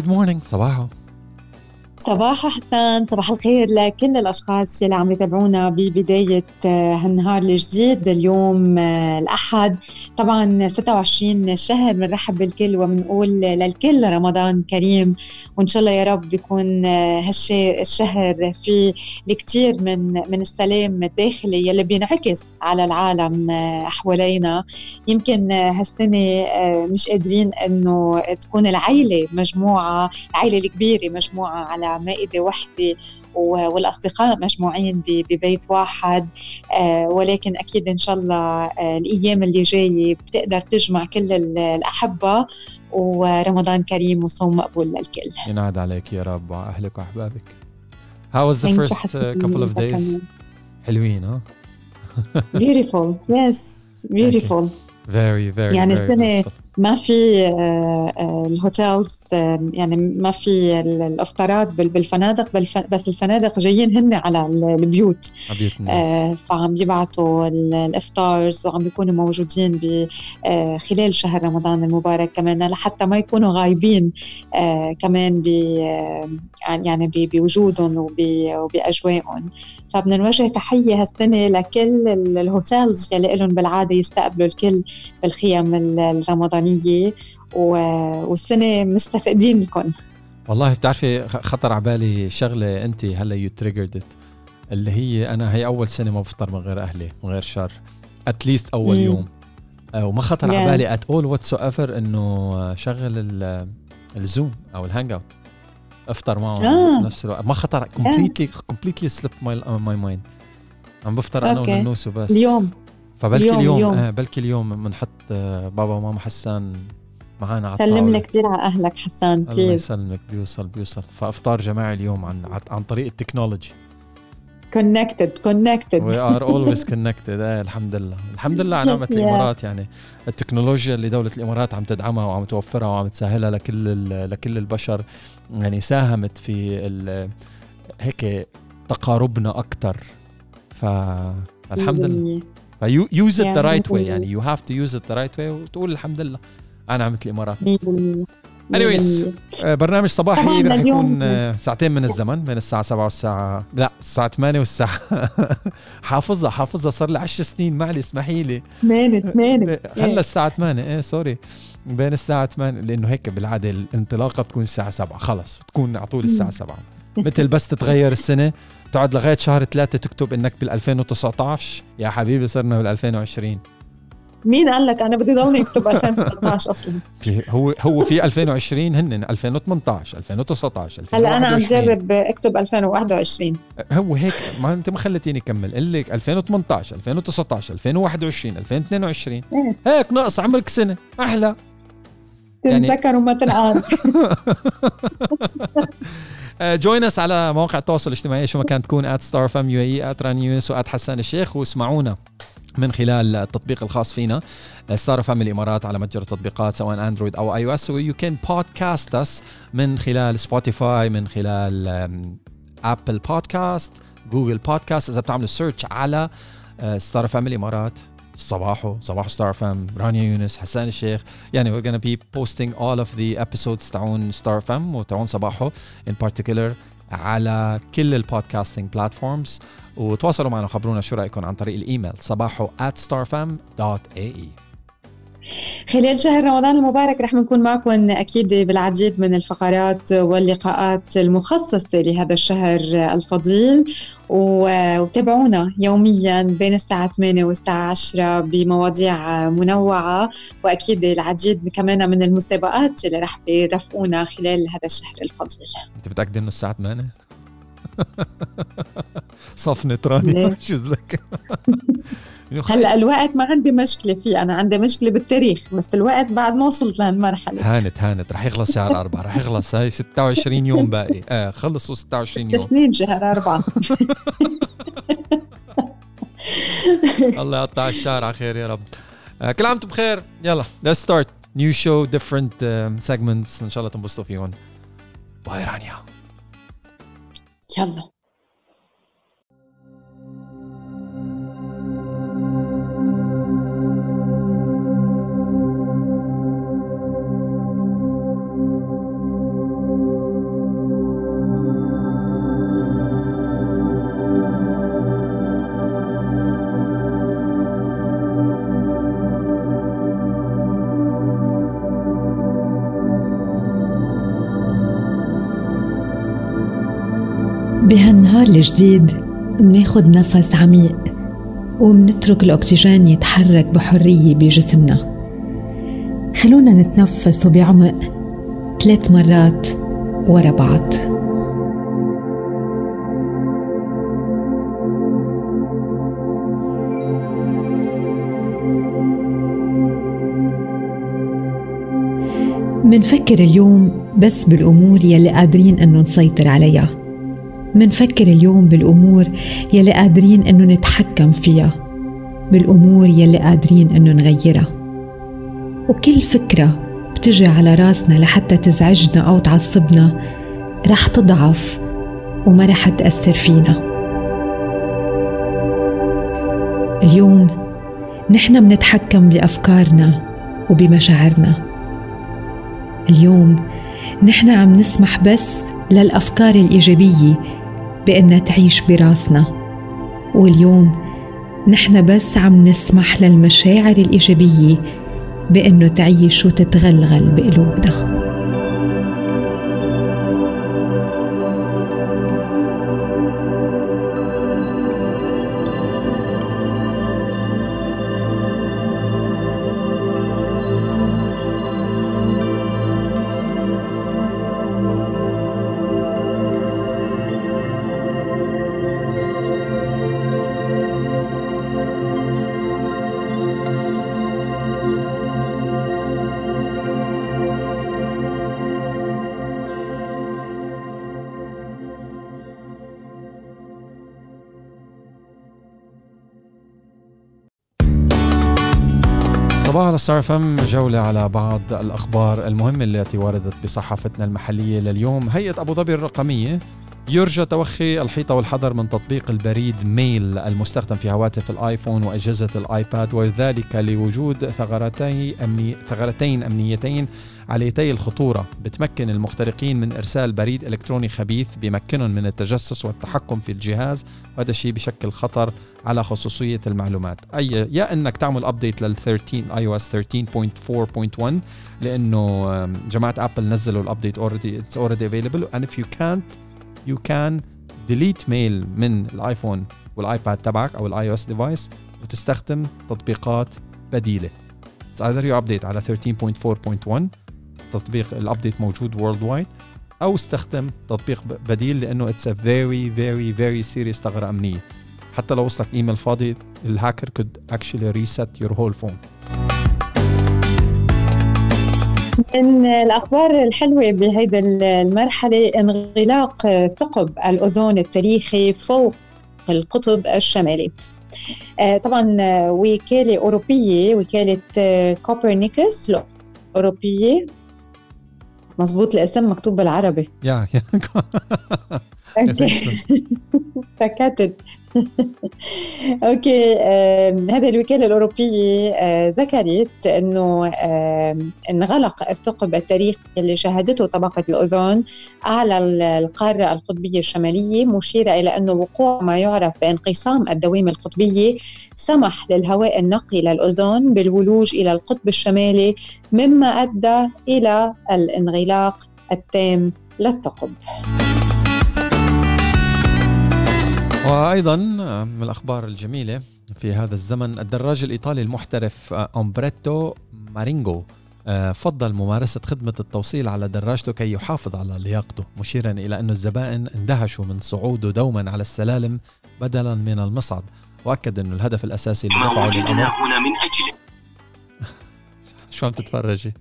Good morning. صباحو. صباح حسام، صباح الخير لكل الأشخاص اللي عم يتابعونا ببداية هالنهار الجديد اليوم الأحد. طبعا 26 الشهر، بنرحب بالكل وبنقول للكل رمضان كريم، وإن شاء الله يا رب يكون الشهر فيه الكثير من السلام الداخلي يلي بينعكس على العالم حوالينا. يمكن هالسنة مش قادرين إنه تكون العائلة مجموعة، العائلة الكبيرة مجموعة على مائدة واحدة والأصدقاء مجموعين ببيت واحد، ولكن أكيد إن شاء الله الأيام اللي جاية بتقدر تجمع كل الأحبة، ورمضان كريم وصوم مقبول للكل. ينعاد عليك يا رب وأهلك وأحبابك. How was the first couple of days? حلوين ها؟ Beautiful, yes, beautiful. Very يعني very السنة blissful. ما في الهوتيلز، يعني ما في الافطارات بالفنادق، بس الفنادق جايين هن على البيوت، فعم يبعتوا الافطارز وعم بيكونوا موجودين خلال شهر رمضان المبارك كمان، لحتى ما يكونوا غايبين كمان يعني بوجودهم وبأجواءهم. فبنوجه تحية هالسنة لكل الهوتيلز يلي لهم بالعادة يستقبلوا الكل بالخيام الرمضانية، والسنة مستفقدين لكم. والله بتعرفي خطر عبالي شغلة أنت هلا يو تريجرد اللي هي أنا هي أول سنة ما بفطر من غير أهلي من غير شر أتليست أول يوم، وما خطر عبالي at all whatsoever إنه شغل الزوم أو الهانج أوت أفطر معه نفس الوقت. ما خطر completely slipped my mind. عم بفطر أنا والنوس وبس اليوم. فبلكي اليوم بلكي اليوم بنحط بابا وماما حسان معانا على الطاولة. سلم لك كثير على أهلك حسان. الله يسلمك. بيوصل فأفطار جماعي اليوم عن طريق التكنولوجي. connected we are always connected. الحمد لله على نعمة الإمارات. يعني التكنولوجيا اللي دولة الإمارات عم تدعمها وعم توفرها وعم تسهلها لكل البشر، يعني ساهمت في هيك تقاربنا أكتر. فالحمد لله. use it the right way. يعني you have to use it the right way وتقول الحمد لله على نعمة الإمارات. anyways برنامج صباحي رح يكون ساعتين من الزمن بين الساعة 7 والساعة الساعة 8 والساعة حافظها صار لي 10 سنين. معلي اسمحي لي 8 هلا الساعة 8 سوري بين الساعة 8 لأنه هيك بالعادة الانطلاقة بتكون الساعة 7 خلص بتكون على طول الساعة 7 مثل بس تتغير السنة تقعد لغاية شهر 3 تكتب إنك بال2019 يا حبيبي صرنا بال2020. مين قال لك أنا بدي ضلني أكتب 2019 أصلاً؟ هو في 2020 هن 2018 2019 هلا أنا عم جرب أكتب 2021. هو هيك ما أنت ما خلتيني كمل. قل لك 2018 2019 2021 2022 هيك ناقص عمرك سنة أحلى تنذكر يعني وما تنعاد. جوين اس على مواقع التواصل الاجتماعي شو ما كانت تكون @starfm_UAE @rannews @حسان الشيخ، واسمعونا من خلال التطبيق الخاص فينا ستار فام الإمارات على متجر التطبيقات سواء أندرويد أو آي أو إس. ويو كان بودكاست أس من خلال سبوتيفاي، من خلال أبل بودكاست، جوجل بودكاست. إذا بتعملوا سيرش على ستار فام الإمارات صباح ستار فام، رانيا يونس، حسان الشيخ، يعني we're gonna be posting all of the episodes تاعون ستار فام وتاعون صباحو in particular على كل البودكاستينج بلاتفورمز. وتواصلوا معنا وخبرونا شو رأيكم عن طريق الإيميل sabaho@starfam.ae. خلال شهر رمضان المبارك رح نكون معكم أكيد بالعديد من الفقرات واللقاءات المخصصة لهذا الشهر الفضيل، وتابعونا يوميا بين الساعة 8 والساعة 10 بمواضيع منوعة، وأكيد العديد كمان من المسابقات اللي رح يرافقونا خلال هذا الشهر الفضيل. أنت متأكد إنه الساعة 8؟ صفنة رانيا شو لك؟ هلا الوقت ما عندي مشكلة فيه، أنا عندي مشكلة بالتاريخ، بس الوقت بعد ما وصلت لهالمرحلة. هانت رح يخلص شهر 4 رح يخلص. هاي 26 يوم باقي. خلصوا 26 يوم. سنين شهر 4. الله يقطع الشهر على خير يا رب. كل عام وانتم بخير. يلا let's start new show different segments إن شاء الله تنبسطوا فيهم. باي رانيا. يلا. بهالنهار الجديد مناخد نفس عميق ومنترك الأكسجين يتحرك بحرية بجسمنا. خلونا نتنفس بعمق 3 مرات ورا بعض. منفكر اليوم بس بالأمور يلي قادرين أنه نسيطر عليها. منفكر اليوم بالأمور يلي قادرين أنه نتحكم فيها، بالأمور يلي قادرين أنه نغيرها. وكل فكرة بتجي على راسنا لحتى تزعجنا أو تعصبنا رح تضعف وما رح تأثر فينا. اليوم نحن منتحكم بأفكارنا وبمشاعرنا. اليوم نحن عم نسمح بس للأفكار الإيجابية بأنها تعيش براسنا، واليوم نحن بس عم نسمح للمشاعر الإيجابية بأنه تعيش وتتغلغل بقلوبنا. صباح على ستار اف ام، جولة على بعض الأخبار المهمة التي وردت بصحافتنا المحلية لليوم. هيئة أبو ظبي الرقمية يرجى توخي الحيطة والحذر من تطبيق البريد ميل المستخدم في هواتف الآيفون وأجهزة الآيباد، وذلك لوجود ثغرتين أمنيتين عاليتي الخطورة بتمكن المخترقين من إرسال بريد إلكتروني خبيث بيمكنهم من التجسس والتحكم في الجهاز، وهذا الشيء بشكل خطر على خصوصية المعلومات. يا أنك تعمل أبديت لل 13 iOS 13.4.1 لأنه جماعة أبل نزلوا الأبديت it's already available, and if you can delete mail من الآيفون والآيباد تبعك أو الآي أو إس ديفايس وتستخدم تطبيقات بديلة. It's either you update على 13.4.1 تطبيق الأبديت موجود worldwide، أو استخدم تطبيق بديل لأنه it's a very serious ثغرة أمنية. حتى لو وصلك إيميل فاضي الهاكر could actually reset your whole phone. من الأخبار الحلوة بهيدا المرحلة انغلاق ثقب الأوزون التاريخي فوق القطب الشمالي. طبعا وكالة أوروبية، وكالة كوبرنيكوس الأوروبية، مزبوط الاسم مكتوب بالعربي. يا سكتت. اوكي، هذه الوكالة الأوروبية ذكرت انه انغلق الثقب التاريخي اللي شهدته طبقة الأوزون على القارة القطبية الشمالية، مشيرة الى انه وقوع ما يعرف بانقسام الدوامة القطبية سمح للهواء النقي للأوزون بالولوج الى القطب الشمالي، مما ادى الى الانغلاق التام للثقب. وأيضاً من الأخبار الجميلة في هذا الزمن، الدراج الإيطالي المحترف أمبريتو مارينغو فضل ممارسة خدمة التوصيل على دراجته كي يحافظ على لياقته، مشيراً إلى أن الزبائن اندهشوا من صعوده دوماً على السلالم بدلاً من المصعد، وأكد أنه الهدف الأساسي اللي دفعه للأمر هنا من أجله. شو عم تتفرجي؟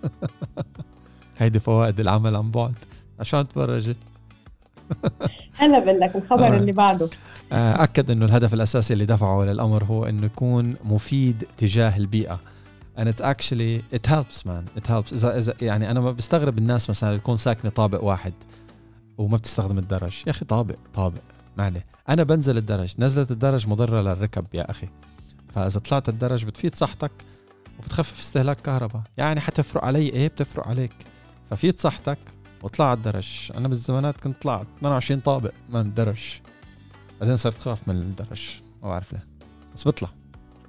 هيدي فوائد العمل عن بعد. شو عم تتفرجي؟ هلا بقول لك الخبر اللي بعده. أكد أنه الهدف الأساسي اللي دفعه للأمر هو أنه يكون مفيد تجاه البيئة. and it's actually it helps man it helps. إذا يعني أنا ما بستغرب الناس مثلا يكون ساكنة طابق واحد وما بتستخدم الدرج. يا أخي طابق معلي، أنا بنزل الدرج، نزلت الدرج مضرة للركب يا أخي، فإذا طلعت الدرج بتفيد صحتك وبتخفف استهلاك كهرباء، يعني حتفرق علي إيه؟ بتفرق عليك، ففيد صحتك وطلع الدرج. أنا بالزمانات كنت طلعت 28 طابق من الدرج، بعدين صرت خاف من الدرج، ما بعرف ليه، بس بطلع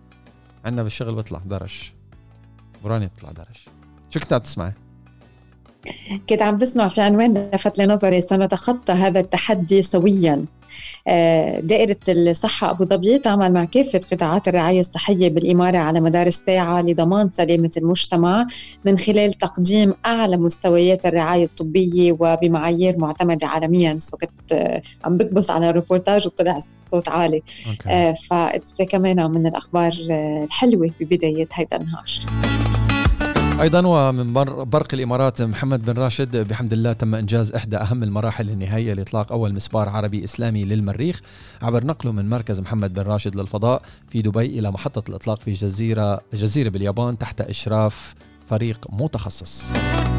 عندنا بالشغل بطلع درج، براني بطلع درج. شو كنت عم تسمعي؟ كنت عم بسمع في عنوان لفت لي نظري: سنتخطى هذا التحدي سوياً. دائرة الصحة أبو ظبي تعمل مع كافة قطاعات الرعاية الصحية بالإمارة على مدار الساعة لضمان سلامة المجتمع من خلال تقديم أعلى مستويات الرعاية الطبية وبمعايير معتمدة عالمياً. كنت عم بكبس على الريبورتاج وطلع صوت عالي. فكمان من الأخبار الحلوة ببداية هيدا النهار. أيضا ومن برق الإمارات، محمد بن راشد بحمد الله تم إنجاز إحدى أهم المراحل النهائية لإطلاق أول مسبار عربي إسلامي للمريخ عبر نقله من مركز محمد بن راشد للفضاء في دبي إلى محطة الإطلاق في جزيرة باليابان تحت إشراف فريق متخصص.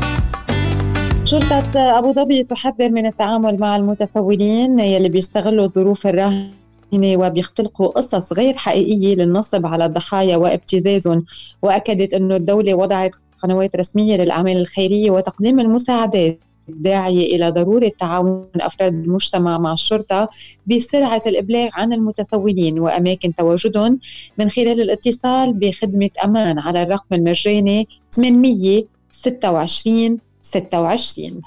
شرطة أبو ظبي تحذر من التعامل مع المتسولين يلي بيستغلوا الظروف الراهنة وبيختلقوا قصص غير حقيقية للنصب على الضحايا وابتزازهم، وأكدت أنه الدولة وضعت قنوات رسمية للأعمال الخيرية وتقديم المساعدات داعية إلى ضرورة تعاون أفراد المجتمع مع الشرطة بسرعة الإبلاغ عن المتسولين وأماكن تواجدهم من خلال الاتصال بخدمة أمان على الرقم المجاني 826 26.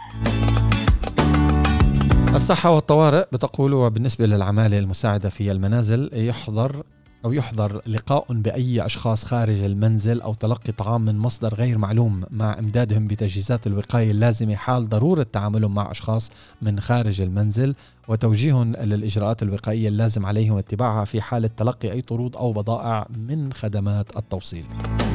الصحة والطوارئ بتقول وبالنسبة للعمالة المساعدة في المنازل يحظر لقاء بأي أشخاص خارج المنزل أو تلقي طعام من مصدر غير معلوم مع إمدادهم بتجهيزات الوقاية اللازمة حال ضرورة تعاملهم مع أشخاص من خارج المنزل، وتوجيههم للإجراءات الوقائية اللازم عليهم اتباعها في حالة تلقي أي طرود أو بضائع من خدمات التوصيل.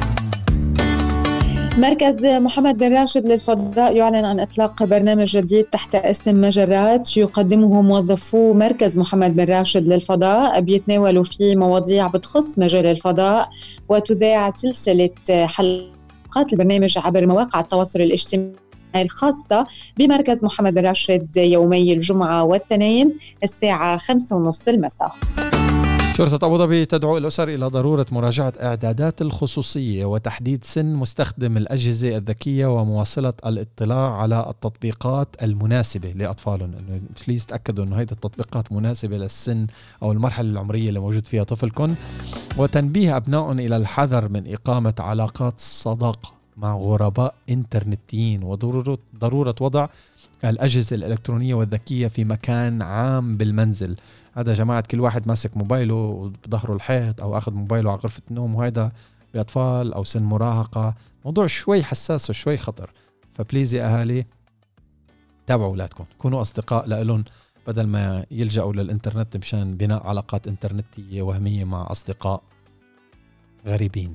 مركز محمد بن راشد للفضاء يعلن عن إطلاق برنامج جديد تحت اسم مجرات يقدمه موظفو مركز محمد بن راشد للفضاء، بيتناولوا فيه مواضيع بتخص مجال الفضاء، وتذاع سلسلة حلقات البرنامج عبر مواقع التواصل الاجتماعي الخاصة بمركز محمد بن راشد يومي الجمعة والاثنين الساعة 5:30 المساء. شرطة أبو ظبي تدعو الأسر إلى ضرورة مراجعة إعدادات الخصوصية وتحديد سن مستخدم الأجهزة الذكية ومواصلة الاطلاع على التطبيقات المناسبة لأطفالهم. إنه بليز تأكدوا إنه هيدا التطبيقات مناسبة للسن أو المرحلة العمرية اللي موجود فيها طفلكم، وتنبيه أبنائهم إلى الحذر من إقامة علاقات صداقة مع غرباء إنترنتيين، وضرورة وضع الأجهزة الإلكترونية والذكية في مكان عام بالمنزل. هذا جماعة كل واحد ماسك موبايله بظهره الحيط أو أخذ موبايله على غرفة النوم، وهذا بأطفال أو سن مراهقة موضوع شوي حساس وشوي خطر. فبليز يا أهالي تابعوا أولادكم، كونوا أصدقاء لهم بدل ما يلجأوا للإنترنت مشان بناء علاقات إنترنتية وهمية مع أصدقاء غريبين.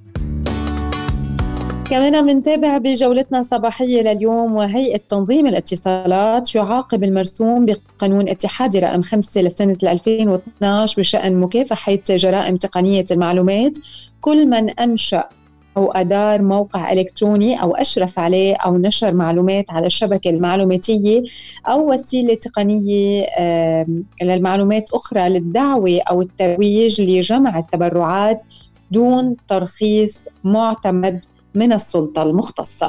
كمان منتابع بجولتنا الصباحية لليوم، وهيئة تنظيم الاتصالات يعاقب المرسوم بقانون اتحادي رقم 5 لسنة 2012 بشأن مكافحة جرائم تقنية المعلومات كل من أنشأ أو أدار موقع إلكتروني أو أشرف عليه أو نشر معلومات على الشبكة المعلوماتية أو وسيلة تقنية للمعلومات أخرى للدعوة أو الترويج لجمع التبرعات دون ترخيص معتمد من السلطة المختصة.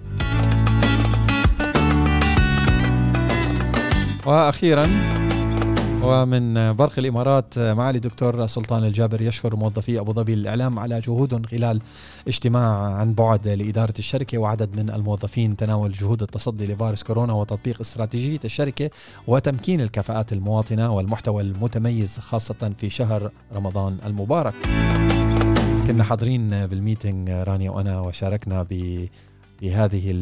وأخيراً ومن برق الإمارات، معالي دكتور سلطان الجابر يشكر موظفي أبو ظبي الإعلام على جهودهم خلال اجتماع عن بعد لإدارة الشركة وعدد من الموظفين تناول جهود التصدي لفيروس كورونا وتطبيق استراتيجية الشركة وتمكين الكفاءات المواطنة والمحتوى المتميز خاصة في شهر رمضان المبارك. كنا حاضرين بالميتنج رانيا وأنا وشاركنا بهذه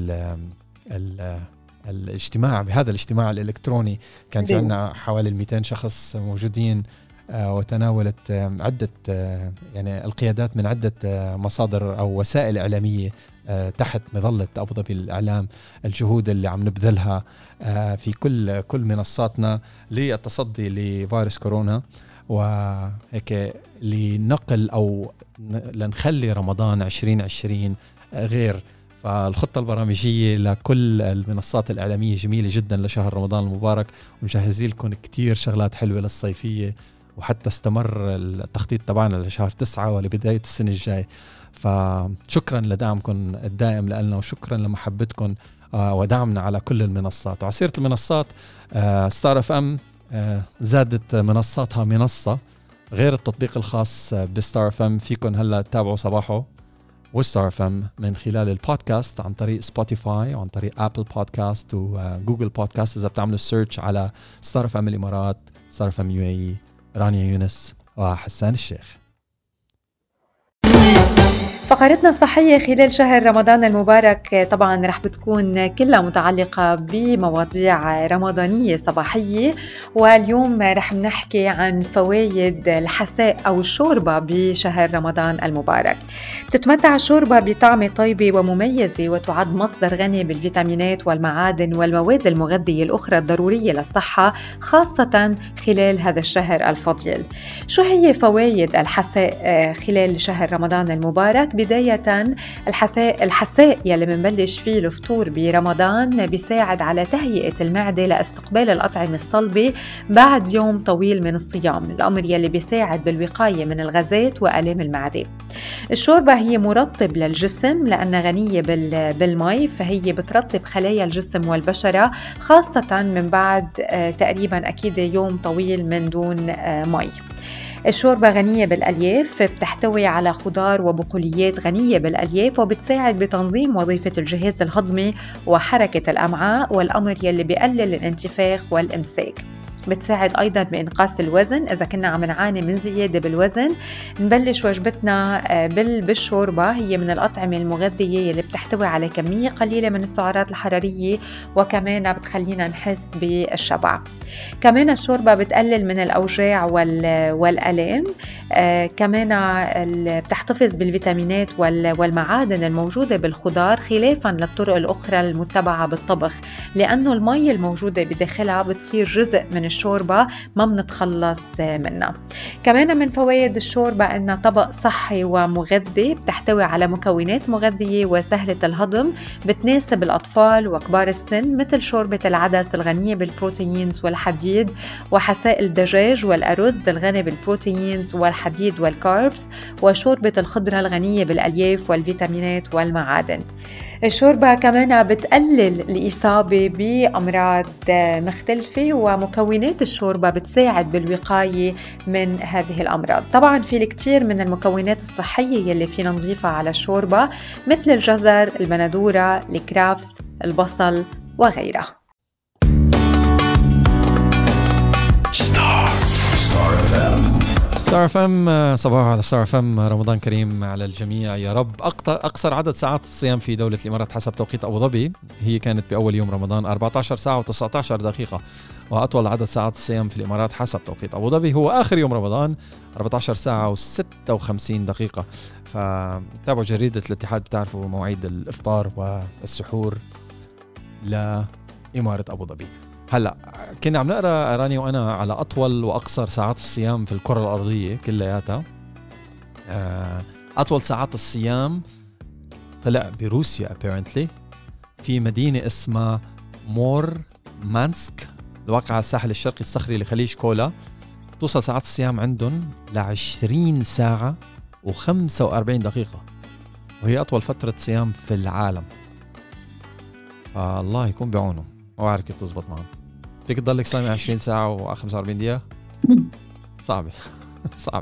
الاجتماع، بهذا الاجتماع الإلكتروني. كان في عنا حوالي 200 شخص موجودين، وتناولت عدة يعني القيادات من عدة مصادر أو وسائل إعلامية تحت مظلة أبو ظبي الإعلام الجهود اللي عم نبذلها في كل منصاتنا للتصدي لفيروس كورونا، وهيك لنقل أو لنخلي رمضان 2020 غير. فالخطة البرامجية لكل المنصات الإعلامية جميلة جدا لشهر رمضان المبارك، ومجهزين لكم كتير شغلات حلوة للصيفية، وحتى استمر التخطيط تبعنا لشهر 9 ولبداية السنة الجاي. فشكرا لدعمكم الدائم لنا، وشكرا لمحبتكم ودعمنا على كل المنصات. وعسيرة المنصات ستار اف ام زادت منصاتها منصة غير التطبيق الخاص بستار اف ام. فيكم هلا تتابعوا صباحه وستار اف ام من خلال البودكاست عن طريق سبوتيفاي وعن طريق ابل بودكاست وجوجل بودكاست. اذا بتعملوا سيرش على ستار اف ام الامارات، ستار اف ام UAE، رانيا يونس وحسان الشيخ. فقرتنا الصحية خلال شهر رمضان المبارك طبعا رح بتكون كلها متعلقة بمواضيع رمضانية صباحية، واليوم رح نحكي عن فوائد الحساء أو الشوربة بشهر رمضان المبارك. تتمتع الشوربة بطعمة طيبة ومميزة، وتعد مصدر غني بالفيتامينات والمعادن والمواد المغذية الأخرى الضرورية للصحة، خاصة خلال هذا الشهر الفضيل. شو هي فوائد الحساء خلال شهر رمضان المبارك؟ بداية الحساء يلي منبلش فيه الفطور برمضان بيساعد على تهيئة المعدة لاستقبال الأطعمة الصلبة بعد يوم طويل من الصيام، الأمر يلي بيساعد بالوقاية من الغازات وآلام المعدة. الشوربة هي مرطب للجسم لأنها غنية بالمي، فهي بترطب خلايا الجسم والبشرة، خاصة من بعد تقريبا أكيد يوم طويل من دون مي. الشوربة غنية بالألياف، بتحتوي على خضار وبقوليات غنية بالألياف، وبتساعد بتنظيم وظيفة الجهاز الهضمي وحركة الأمعاء، والأمر يلي بيقلل الانتفاخ والإمساك. بتساعد أيضا بإنقاص الوزن إذا كنا عم نعاني من زيادة بالوزن. نبلش وجبتنا بالشوربة، هي من الأطعمة المغذية اللي بتحتوي على كمية قليلة من السعرات الحرارية، وكمان بتخلينا نحس بالشبع. كمان الشوربة بتقلل من الأوجاع والألام. كمان بتحتفظ بالفيتامينات والمعادن الموجودة بالخضار، خلافا للطرق الأخرى المتبعة بالطبخ، لأنه المي الموجودة بداخلها بتصير جزء من الشوربة ما بنتخلص منها. كمان من فوائد الشوربة أنها طبق صحي ومغذي، بتحتوي على مكونات مغذية وسهلة الهضم، بتناسب الأطفال وكبار السن، مثل شوربة العدس الغنية بالبروتينز والحديد، وحساء الدجاج والأرز الغني بالبروتينز والحديد والكاربس، وشوربة الخضرة الغنية بالألياف والفيتامينات والمعادن. الشوربة كمان بتقلل الإصابة بأمراض مختلفة، ومكونات الشوربة بتساعد بالوقاية من هذه الأمراض. طبعا في الكثير من المكونات الصحية يلي فينا نضيفها على الشوربة، مثل الجزر، البندورة، الكرافس، البصل وغيرها. ستار اف ام، صباح على ستار اف ام، رمضان كريم على الجميع يا رب. اقصر عدد ساعات الصيام في دولة الامارات حسب توقيت ابو ظبي هي كانت باول يوم رمضان 14 ساعة و19 دقيقة، واطول عدد ساعات الصيام في الامارات حسب توقيت ابو ظبي هو اخر يوم رمضان 14 ساعة و56 دقيقة. فتابعوا جريدة الاتحاد بتعرفوا مواعيد الافطار والسحور لامارة ابو ظبي. هلا كنا عم نقرا راني وانا على اطول واقصر ساعات الصيام في الكره الارضيه كلياتها. اطول ساعات الصيام طلع بروسيا apparently في مدينه اسمها مورمانسك، الواقع على الساحل الشرقي الصخري لخليج كولا. توصل ساعات الصيام عندهم ل20 ساعه و45 دقيقه، وهي اطول فتره صيام في العالم. الله يكون بعونه، ما بعرف كيف تزبط معهم. فيك تضلك صايم 20 ساعة و45 دقيقة؟ صعبة صعبة.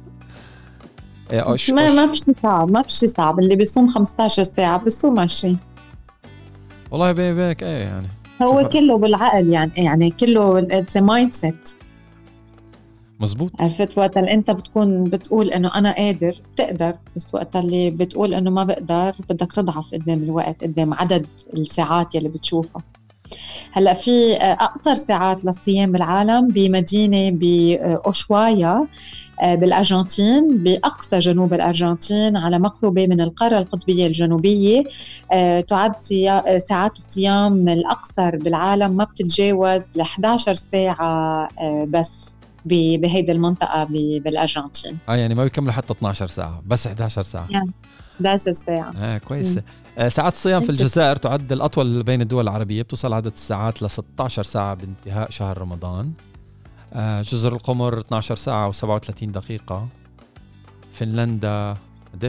ما فيش صعب اللي بيصوم 15 ساعة بيصوم 20. والله بيني وبينك ايه يعني هو كله بالعقل، يعني كله it's a mindset. مزبوط. عرفت وقت اللي انت بتقول انه انا قادر بتقدر، بس وقت اللي بتقول انه ما بقدر بدك تضعف قدام الوقت، قدام عدد الساعات يلي بتشوفها. هلأ في أقصر ساعات للصيام بالعالم بمدينة بأوشوايا بالأرجنتين، بأقصى جنوب الأرجنتين على مقربة من القارة القطبية الجنوبية. تعد ساعات الصيام الأقصر بالعالم ما بتتجاوز 11 ساعة بس بهيدي المنطقة بالأرجنتين. يعني ما بيكملوا حتى 12 ساعة، بس 11 ساعة. 11 ساعة. كويس. ساعات الصيام في الجزائر تعد الأطول بين الدول العربية، بتوصل عدد الساعات ل 16 ساعة بانتهاء شهر رمضان. جزر القمر 12 ساعة و37 دقيقة. فنلندا قد ايه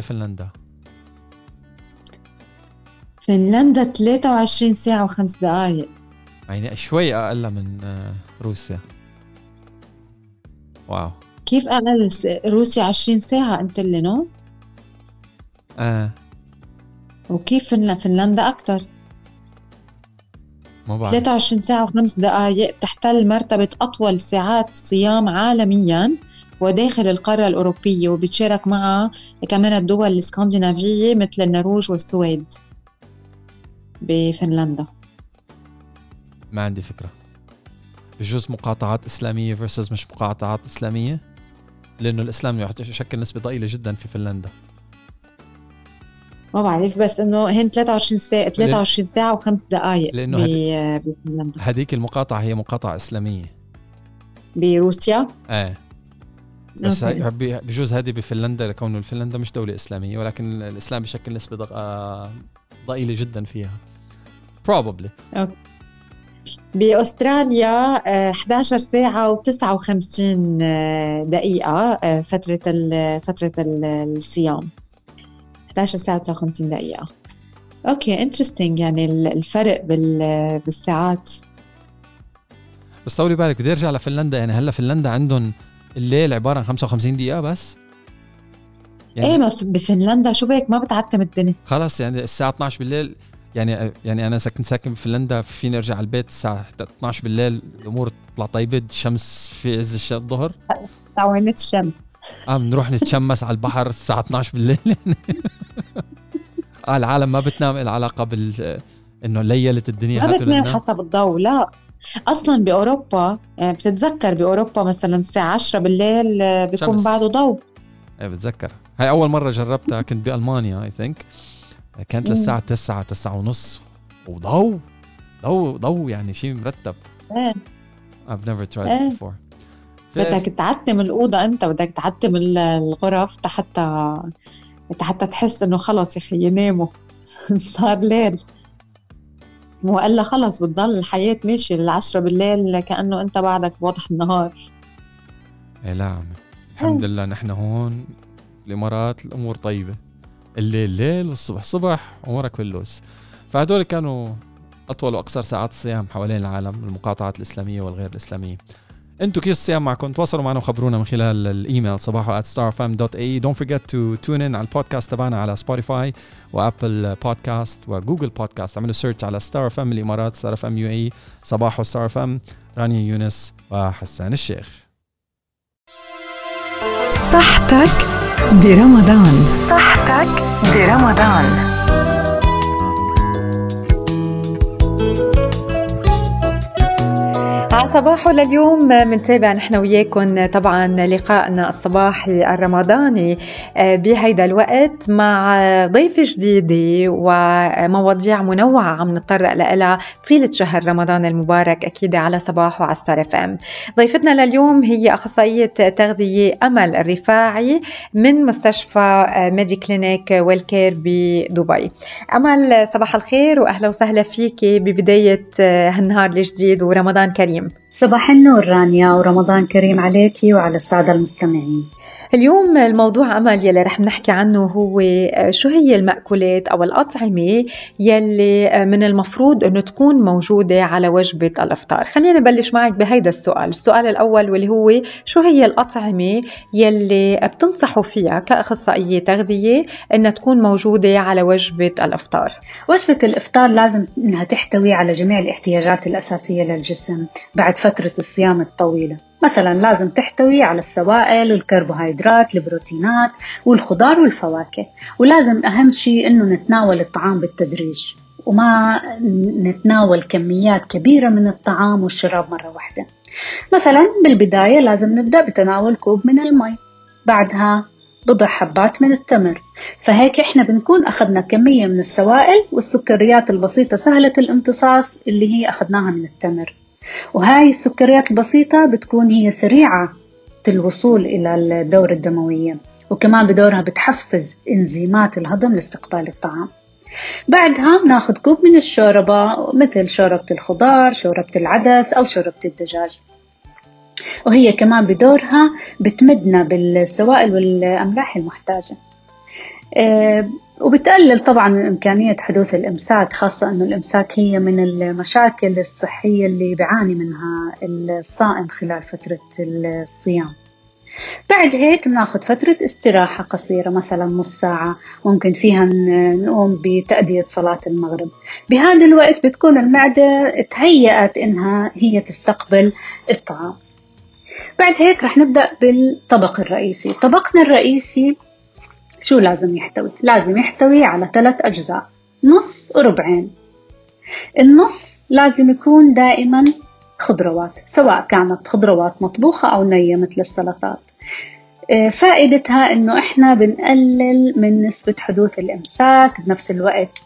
فنلندا 23 ساعة و5 دقائق، يعني شوي أقل من روسيا. واو، كيف أقل؟ روسيا 20 ساعة، أنت اللي نو؟ وكيف فنلندا أكتر؟ ما بعرف. 23 ساعة و5 دقايق، بتحتل مرتبة أطول ساعات صيام عالمياً وداخل القارة الأوروبية، وبتشارك معها كمان الدول الإسكندنافية مثل النرويج والسويد بفنلندا. ما عندي فكرة. بجوز مقاطعات إسلامية versus مش مقاطعات إسلامية، لأنه الإسلام يشكل نسبة ضئيلة جدا في فنلندا. ما بعرف، بس إنه هن 23 ساعة و5 دقايق لأنه بفنلندا. هذيك المقاطعة هي مقاطعة إسلامية بروسيا. بس بجوز هذه بفنلندا، لكونه فنلندا مش دولة إسلامية، ولكن الإسلام بشكل نسبة ضئيلة جدا فيها probably. بأستراليا 11 ساعة و59 دقيقة فترة الصيام، 11 ساعة و59 دقيقة. اوكي انترستينج، يعني الفرق بالساعات. بس طولي بالك، بدي ارجع لفنلندا. يعني هلا فنلندا عندهم الليل عبارة عن 55 دقيقة بس. يعني ايه، ما بفنلندا شو بك ما بتعتم الدنيا خلاص. يعني الساعة 12 بالليل، يعني انا كنت ساكن بفنلندا، فيني ارجع على البيت الساعة 12 بالليل، الامور تطلع طيبة، الشمس في عز الظهر، تعوينة الشمس. بنروح نتشمس على البحر الساعة 12 بالليل. العالم ما بتنام، العلاقة انه ليلت الدنيا، ما بتنام حسب الضوء. لا اصلا باوروبا، يعني بتتذكر باوروبا مثلا الساعة 10 بالليل بيكون بعده ضوء. ايه بتذكر، هاي اول مرة جربتها كنت بألمانيا اي ثينك، كانت للساعة 9 ونص، وضوء ضوء يعني شيء مرتب. I've never tried it before. بدك تعتم الأوضة، أنت بدك تعتم الغرف حتى تحس إنه خلص يا أخي يناموا. صار ليل، وإلا خلص بتضل الحياة ماشية 10 بالليل كأنه أنت بعدك بوضح النهار. إيه لا عمي، الحمد لله نحن هون الإمارات الأمور طيبة، الليل ليل والصبح صبح أمورك باللوز. فهدول كانوا أطول وأقصر ساعات الصيام حوالين العالم، المقاطعات الإسلامية والغير الإسلامية. انتوا كيف الصيام معكم؟ تواصلوا معنا وخبرونا من خلال الايميل صباحو@starfm.ae. Don't forget to tune in على البودكاست تبعنا على سبوتيفاي وابل بودكاست وجوجل بودكاست. اعملوا سيرش على ستار اف ام الامارات، ستار اف ام يو اي، صباحو ستار اف ام، رانيا يونس وحسان الشيخ. صحتك برمضان. صحتك برمضان. صباحو لليوم منتابع نحن وياكم طبعا لقائنا الصباحي الرمضاني بهيدا الوقت مع ضيف جديدة ومواضيع منوعة عم نتطرق لها طيلة شهر رمضان المبارك أكيد على صباحو على ستار اف ام. ضيفتنا لليوم هي أخصائية تغذية أمل الرفاعي من مستشفى ميدي كلينيك والكير بدبي. أمل صباح الخير وأهلا وسهلا فيك ببداية هالنهار الجديد ورمضان كريم. صباح النور رانيا، ورمضان كريم عليكي وعلى السادة المستمعين. اليوم الموضوع أمل يلي رح نحكي عنه هو شو هي المأكولات أو الأطعمة يلي من المفروض أنه تكون موجودة على وجبة الإفطار. خلينا نبلش معك بهيدا السؤال الأول، واللي هو شو هي الأطعمة يلي بتنصحوا فيها كأخصائية تغذية أنها تكون موجودة على وجبة الإفطار؟ وجبة الإفطار لازم أنها تحتوي على جميع الاحتياجات الأساسية للجسم بعد فترة الصيام الطويلة. مثلا لازم تحتوي على السوائل والكربوهيدرات، البروتينات والخضار والفواكه. ولازم أهم شيء أنه نتناول الطعام بالتدريج، وما نتناول كميات كبيرة من الطعام والشراب مرة واحدة. مثلا بالبداية لازم نبدأ بتناول كوب من الماء، بعدها بضع حبات من التمر. فهيك إحنا بنكون أخذنا كمية من السوائل والسكريات البسيطة سهلة الامتصاص اللي هي أخذناها من التمر. وهاي السكريات البسيطة بتكون هي سريعة الوصول إلى الدورة الدموية، وكمان بدورها بتحفز إنزيمات الهضم لاستقبال الطعام. بعدها ناخد كوب من الشوربة، مثل شوربة الخضار، شوربة العدس أو شوربة الدجاج، وهي كمان بدورها بتمدنا بالسوائل والأملاح المحتاجة. وبتقلل طبعا من إمكانية حدوث الإمساك، خاصة أنه الإمساك هي من المشاكل الصحية اللي بيعاني منها الصائم خلال فترة الصيام. بعد هيك بناخد فترة استراحة قصيرة مثلا نص ساعة، ممكن فيها نقوم بتأدية صلاة المغرب. بهذا الوقت بتكون المعدة تهيأت إنها هي تستقبل الطعام. بعد هيك رح نبدأ بالطبق الرئيسي. طبقنا الرئيسي شو لازم يحتوي؟ لازم يحتوي على 3 أجزاء، نص وربعين. النص لازم يكون دائما خضروات، سواء كانت خضروات مطبوخة أو نية مثل السلطات. فائدتها إنه إحنا بنقلل من نسبة حدوث الإمساك، بنفس الوقت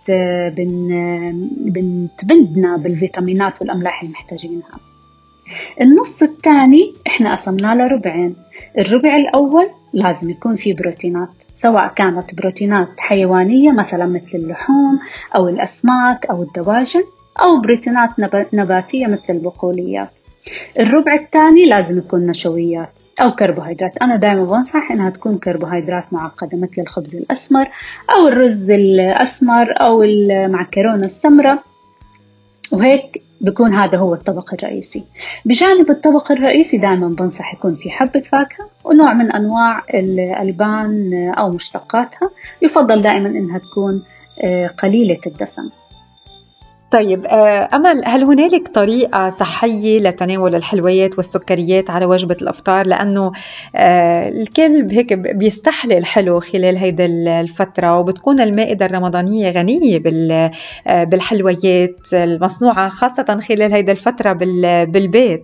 بنتبنى بالفيتامينات والأملاح المحتاجينها. النص الثاني إحنا قسمناه لربعين. الربع الأول لازم يكون فيه بروتينات، سواء كانت بروتينات حيوانية مثلا مثل اللحوم أو الأسماك أو الدواجن، أو بروتينات نباتية مثل البقوليات. الربع الثاني لازم يكون نشويات أو كربوهيدرات. أنا دائما بنصح إنها تكون كربوهيدرات معقدة مثل الخبز الأسمر أو الرز الأسمر أو المعكرونة السمراء، وهيك بيكون هذا هو الطبق الرئيسي. بجانب الطبق الرئيسي دائما بنصح يكون في حبة فاكهة ونوع من أنواع الألبان أو مشتقاتها، يفضل دائما إنها تكون قليلة الدسم. طيب أمل، هل هنالك طريقة صحية لتناول الحلويات والسكريات على وجبة الإفطار؟ لأنه الكل هيك بيستحلي الحلو خلال هيدا الفترة، وبتكون المائدة الرمضانية غنية بالحلويات المصنوعة خاصة خلال هيدا الفترة بالبيت.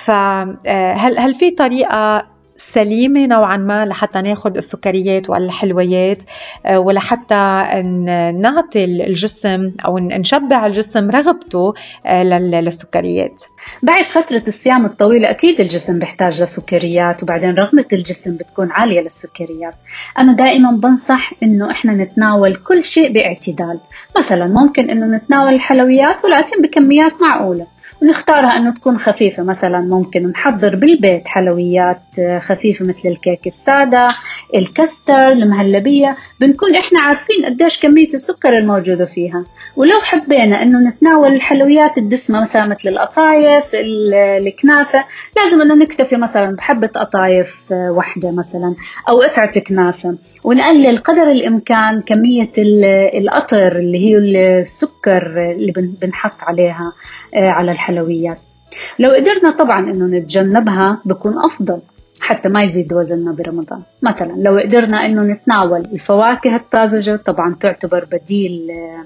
فهل في طريقة سليمة نوعا ما لحتى ناخد السكريات والحلويات، ولحتى نعطي الجسم أو نشبع الجسم رغبته للسكريات؟ بعد فترة الصيام الطويلة أكيد الجسم بيحتاج لسكريات، وبعدين رغبة الجسم بتكون عالية للسكريات. أنا دائما بنصح إنه إحنا نتناول كل شيء باعتدال. مثلا ممكن إنه نتناول الحلويات ولكن بكميات معقولة، ونختارها أنه تكون خفيفة. مثلا ممكن نحضر بالبيت حلويات خفيفة مثل الكيك السادة، الكستر، المهلبية، بنكون إحنا عارفين قديش كمية السكر الموجودة فيها. ولو حبينا أنه نتناول الحلويات الدسمة مثلا مثل القطايف، الكنافة، لازم أنه نكتفي مثلا بحبة قطايف واحدة مثلا أو قطعة كنافة، ونقلل قدر الإمكان كمية القطر اللي هي السكر اللي بنحط عليها على الحلويات. لو قدرنا طبعا إنه نتجنبها بكون أفضل حتى ما يزيد وزننا برمضان. مثلا لو قدرنا إنه نتناول الفواكه الطازجة، طبعا تعتبر بديل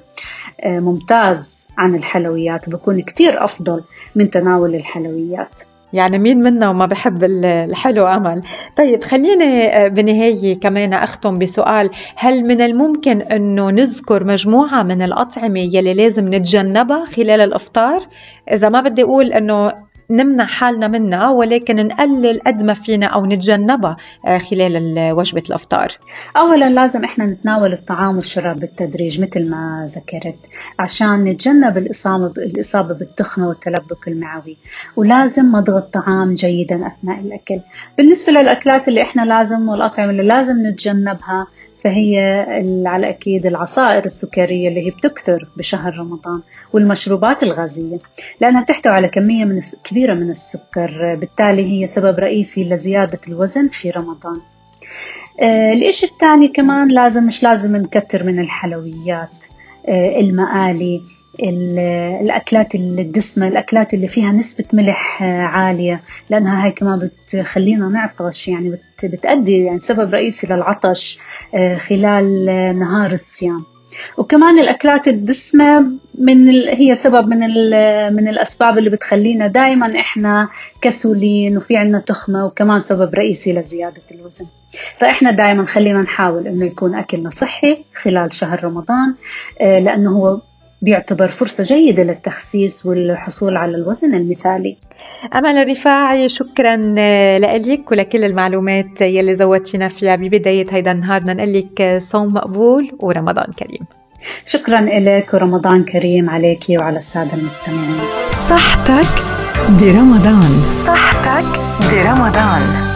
ممتاز عن الحلويات، بكون كتير أفضل من تناول الحلويات. يعني مين منا وما بحب الحلو أمل؟ طيب خليني بنهاية كمان أختم بسؤال: هل من الممكن أنه نذكر مجموعة من الأطعمة يلي لازم نتجنبها خلال الإفطار؟ إذا ما بدي أقول أنه نمنع حالنا منها، ولكن نقلل قد ما فينا أو نتجنبها خلال وجبة الإفطار. أولا لازم إحنا نتناول الطعام والشراب بالتدريج مثل ما ذكرت، عشان نتجنب الإصابة بالتخمة والتلبك المعوي. ولازم مضغ الطعام جيدا أثناء الأكل. بالنسبة للأكلات اللي إحنا لازم والأطعمة اللي لازم نتجنبها، فهي على أكيد العصائر السكرية اللي هي بتكثر بشهر رمضان، والمشروبات الغازية لأنها بتحتوي على كمية كبيرة من السكر، بالتالي هي سبب رئيسي لزيادة الوزن في رمضان. الإشي الثاني كمان مش لازم نكتر من الحلويات، المقالي، الأكلات الدسمة، الأكلات اللي فيها نسبة ملح عالية، لأنها هاي كمان بتخلينا نعطش، يعني بتأدي يعني سبب رئيسي للعطش خلال نهار الصيام. وكمان الأكلات الدسمة هي سبب من الأسباب اللي بتخلينا دائما إحنا كسولين وفي عنا تخمة، وكمان سبب رئيسي لزيادة الوزن. فإحنا دائما خلينا نحاول إنه يكون أكلنا صحي خلال شهر رمضان، لأنه هو بيعتبر فرصة جيدة للتخسيس والحصول على الوزن المثالي. أمل الرفاعي، شكرا لك ولكل المعلومات يلي زودتنا فيها ببداية هيدا النهار. نقول لك صوم مقبول ورمضان كريم. شكرا لك ورمضان كريم عليك وعلى السادة المستمعين. صحتك برمضان. صحتك برمضان.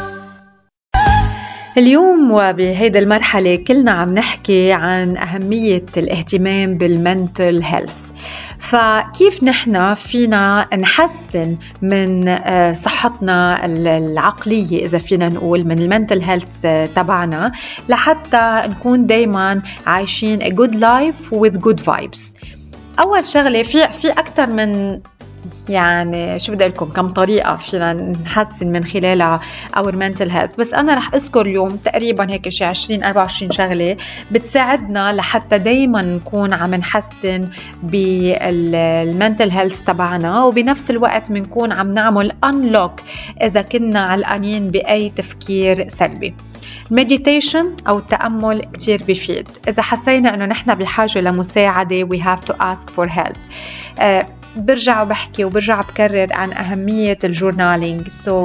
اليوم وبهيدا المرحلة كلنا عم نحكي عن أهمية الاهتمام بالمنتل هيلث. فكيف نحن فينا نحسن من صحتنا العقلية إذا فينا نقول من المنتل هيلث تبعنا لحتى نكون دايما عايشين a good life with good vibes. أول شغلة في أكتر من يعني شو بدي لكم كم طريقة فينا نحسن من خلالها our mental health، بس أنا رح أذكر اليوم تقريبا هيك شي 20-24 شغلة بتساعدنا لحتى دايما نكون عم نحسن بالمنتل هيلث تبعنا، وبنفس الوقت بنكون عم نعمل unlock إذا كنا علقانين بأي تفكير سلبي. المديتيشن أو التأمل كتير بيفيد. إذا حسينا أنه نحن بحاجة لمساعدة we have to ask for help. برجع وبحكي وبرجع بكرر عن أهمية الجورنالينج.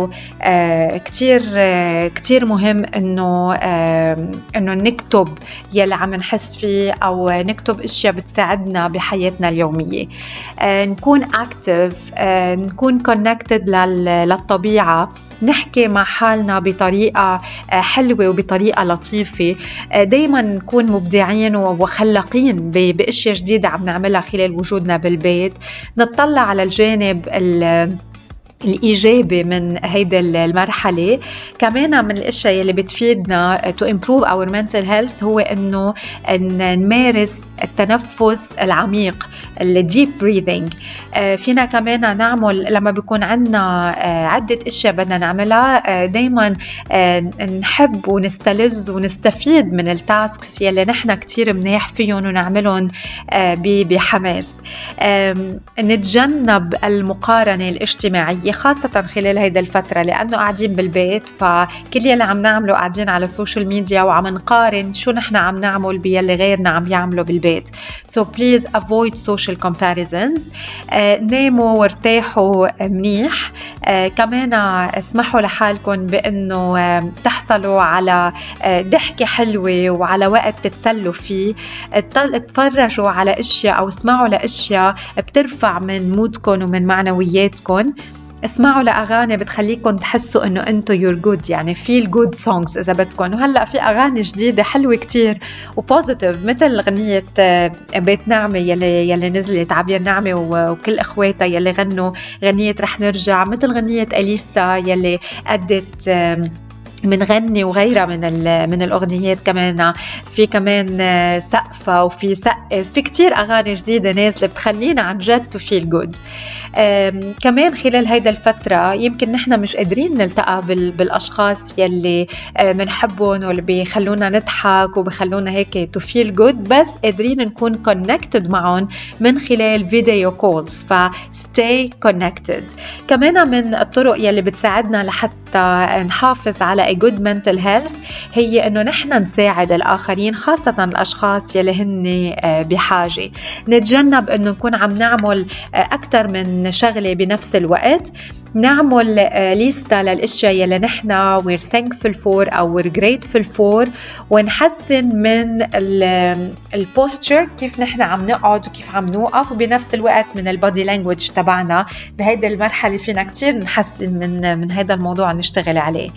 كتير مهم إنه نكتب يلي عم نحس فيه أو نكتب أشياء بتساعدنا بحياتنا اليومية. نكون active، نكون connected للطبيعة، نحكي مع حالنا بطريقة حلوة وبطريقة لطيفة، دايما نكون مبدعين وخلاقين بأشياء جديدة عم نعملها خلال وجودنا بالبيت. نطلع على الجانب الإيجابي من هيدا المرحلة. كمان من الأشياء اللي بتفيدنا to improve our mental health هو إنه نمارس التنفس العميق deep breathing. فينا كمان نعمل لما بيكون عنا عدة أشياء بدنا نعملها، دايما نحب ونستلذ ونستفيد من التاسكس يلي نحن كتير منيح فيهم ونعملهم بحماس. نتجنب المقارنة الاجتماعية خاصة خلال هيدا الفترة، لأنه قاعدين بالبيت فكل يلي عم نعمله قاعدين على السوشيال ميديا وعم نقارن شو نحن عم نعمل بيلي غيرنا عم يعملوا بالبيت. So please avoid social comparisons. ناموا وارتاحوا منيح. كمان اسمحوا لحالكم بأنه تحصلوا على ضحكة حلوة وعلى وقت تتسلوا فيه. تفرجوا على أشياء أو اسمعوا لأشياء بترفع من مودكم ومن معنوياتكم. اسمعوا لأغاني بتخليكم تحسوا إنه أنتو you're good، يعني feel good songs إذا بدكم. وهلأ في أغاني جديدة حلوة كتير وبوزيتيف، مثل غنية بيت نعمة يلي نزلت عبير نعمة وكل إخواتها يلي غنوا غنية رح نرجع، مثل غنية أليسا يلي أدت من غني وغيرها من الأغنيات. كمان في كمان سقفة وفي سقف، في كتير أغاني جديدة نازلة بتخلينا عن جد to feel good. كمان خلال هيدا الفترة يمكن نحن مش قادرين نلتقى بالأشخاص يلي منحبهم واللي بيخلونا نضحك وبيخلونا هيك to feel good، بس قادرين نكون connected معهم من خلال فيديو كولز. stay connected. كمان من الطرق يلي بتساعدنا لحتى نحافظ على a good mental health هي إنه نحن نساعد الآخرين، خاصة الأشخاص يلي هن بحاجة. نتجنب إنه نكون عم نعمل أكتر من شغلة بنفس الوقت. نعمل ليستة للأشياء يلي نحن we're thankful for أو we're grateful for، ونحسن من البوستشر كيف نحن عم نقعد وكيف عم نوقف، وبنفس الوقت من البودي لانجويج تبعنا. بهيدا المرحلة فينا كتير نحسن من هذا الموضوع نشتغل عليه.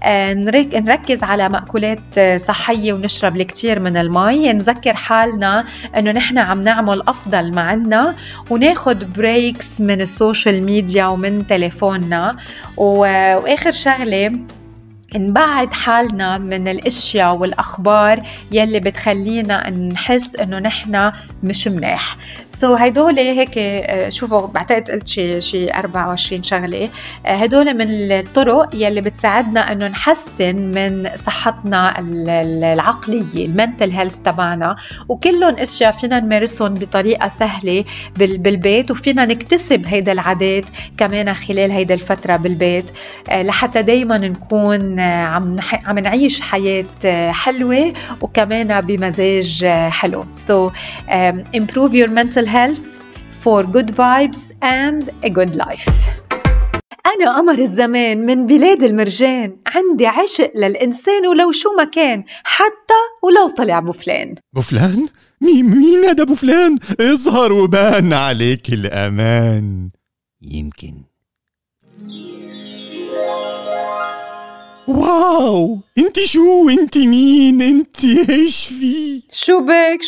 نركز على مأكولات صحية ونشرب الكثير من المي. نذكر حالنا أنه نحن عم نعمل أفضل معنا، وناخد بريكس من السوشيال ميديا ومن تليفوننا. وآخر شغلة نبعد حالنا من الاشياء والاخبار يلي بتخلينا نحس انه نحن مش منيح. هيدول هيك شوفوا بعتقد قلت شي 24 شغله. هدول من الطرق يلي بتساعدنا انه نحسن من صحتنا العقليه، المنتل هيلث تبعنا، وكلهم اشياء فينا نمارسهم بطريقه سهله بالبيت، وفينا نكتسب هيدا العادات كمان خلال هيدا الفتره بالبيت لحتى دايما نكون عم نعيش حياة حلوة وكمان بمزاج حلو. Improve your mental health for good vibes and a good life. أنا قمر الزمان من بلاد المرجان، عندي عشق للإنسان ولو شو ما كان، حتى ولو طلع بوفلان. بوفلان؟ مين هذا بوفلان؟ اظهر وبان عليك الأمان. يمكن واو، انت شو؟ انت مين؟ انت ايش في؟ شو